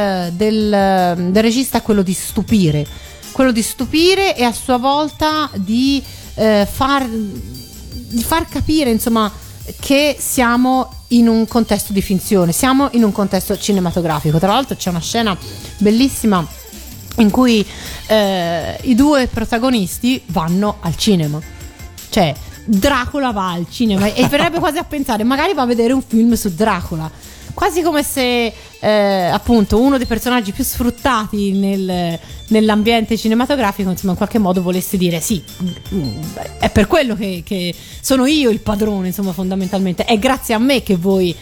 del regista è quello di stupire e a sua volta di far capire, insomma, che siamo in un contesto di finzione, siamo in un contesto cinematografico. Tra l'altro c'è una scena bellissima in cui i due protagonisti vanno al cinema, cioè Dracula va al cinema e verrebbe quasi a pensare magari va a vedere un film su Dracula, quasi come se appunto uno dei personaggi più sfruttati nell'ambiente cinematografico, insomma, in qualche modo volesse dire sì, è per quello che sono io il padrone, insomma, fondamentalmente è grazie a me che voi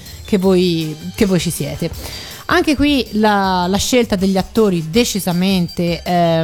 ci siete. Anche qui la scelta degli attori decisamente è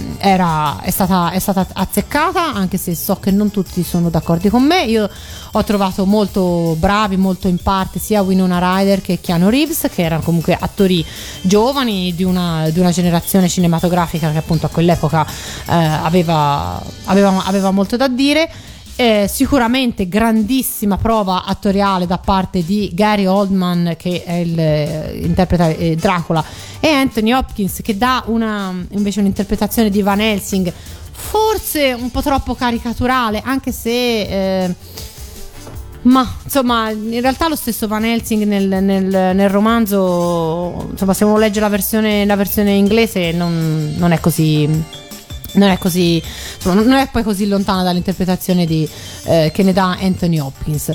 stata azzeccata, anche se so che non tutti sono d'accordo con me. Io ho trovato molto bravi, molto in parte, sia Winona Ryder che Keanu Reeves, che erano comunque attori giovani di una generazione cinematografica che appunto a quell'epoca aveva molto da dire. Sicuramente grandissima prova attoriale da parte di Gary Oldman, che è interpreta Dracula, e Anthony Hopkins, che dà invece un'interpretazione di Van Helsing forse un po' troppo caricaturale, anche se ma insomma in realtà lo stesso Van Helsing nel romanzo, insomma, se uno legge la versione inglese non è così, insomma, non è poi così lontana dall'interpretazione che ne dà Anthony Hopkins.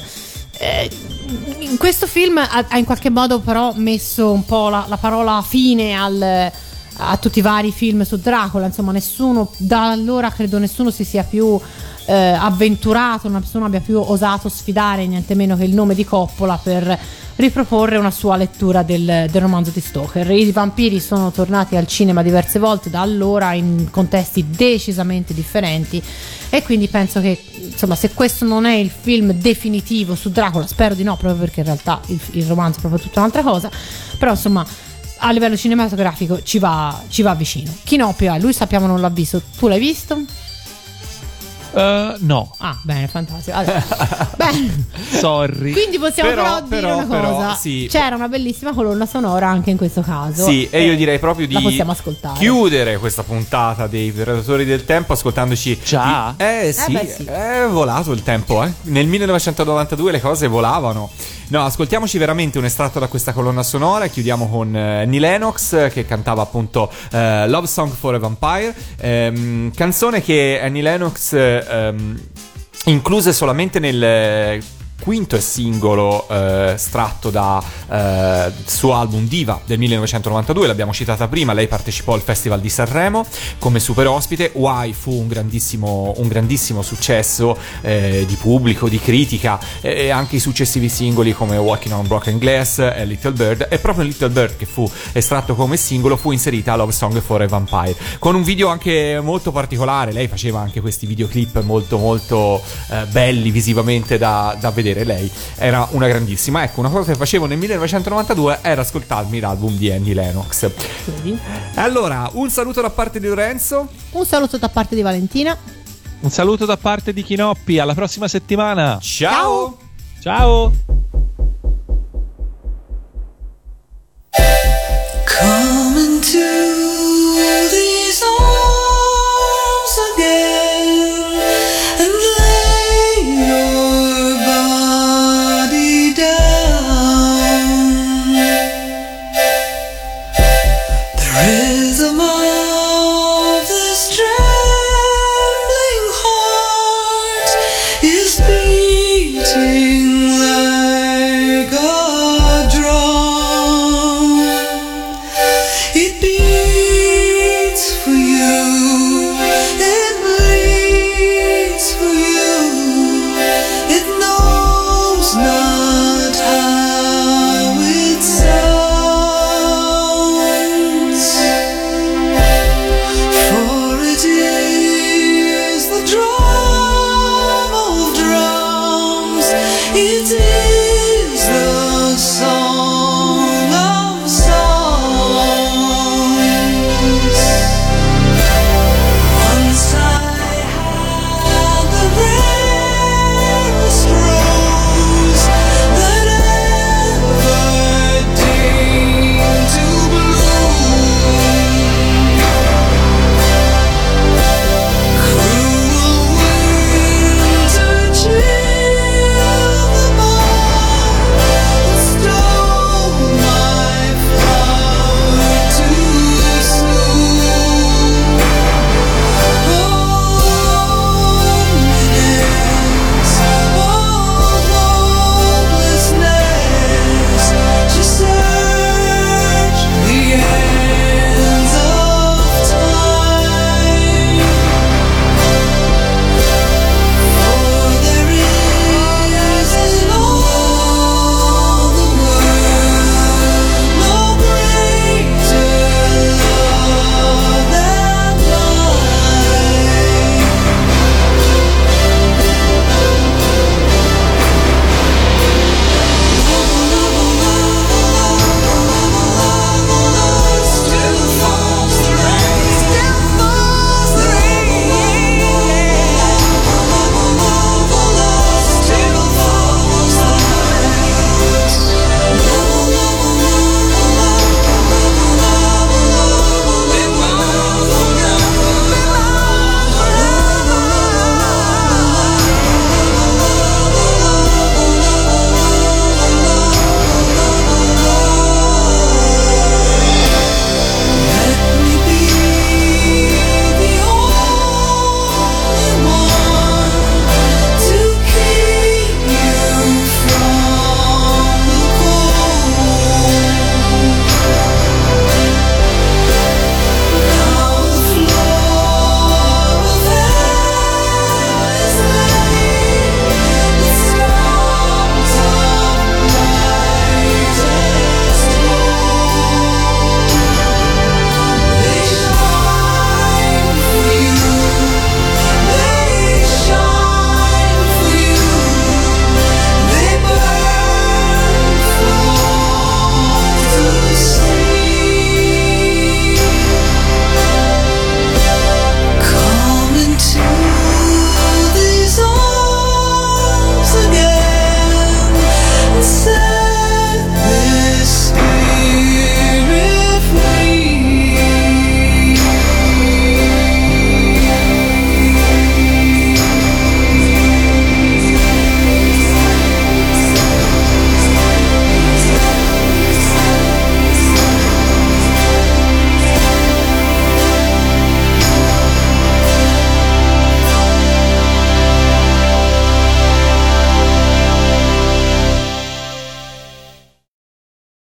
In questo film ha in qualche modo però messo un po' la parola fine a tutti i vari film su Dracula. Insomma, nessuno da allora, credo nessuno si sia più avventurato, nessuno abbia più osato sfidare niente meno che il nome di Coppola per riproporre una sua lettura del romanzo di Stoker. I vampiri sono tornati al cinema diverse volte da allora in contesti decisamente differenti, e quindi penso che, insomma, se questo non è il film definitivo su Dracula, spero di no, proprio perché in realtà il romanzo è proprio tutta un'altra cosa, però insomma a livello cinematografico ci va vicino. Chinopia, lui sappiamo non l'ha visto, tu l'hai visto? No. Ah, bene, fantastico. Allora, bene. Sorry. Quindi possiamo dire una cosa. Sì. C'era una bellissima colonna sonora anche in questo caso. Sì, e io direi proprio di la possiamo ascoltare. Chiudere questa puntata dei Predatori del Tempo ascoltandoci. Già? Sì, beh, sì. È volato il tempo, Nel 1992 le cose volavano. No, ascoltiamoci veramente un estratto da questa colonna sonora. Chiudiamo con Annie Lennox, che cantava appunto Love Song for a Vampire, canzone che Annie Lennox incluse solamente nel quinto singolo estratto da suo album Diva del 1992, l'abbiamo citata prima. Lei partecipò al Festival di Sanremo come super ospite. Why fu un grandissimo successo di pubblico, di critica, e anche i successivi singoli come Walking on Broken Glass e Little Bird. E proprio in Little Bird, che fu estratto come singolo, fu inserita Love Song for a Vampire, con un video anche molto particolare. Lei faceva anche questi videoclip molto molto belli visivamente da vedere. vedere, lei era una grandissima. Ecco, una cosa che facevo nel 1992 era ascoltarmi l'album di Annie Lennox. Sì. Allora, un saluto da parte di Lorenzo. Un saluto da parte di Valentina. Un saluto da parte di Chinoppi, alla prossima settimana. Ciao. Ciao.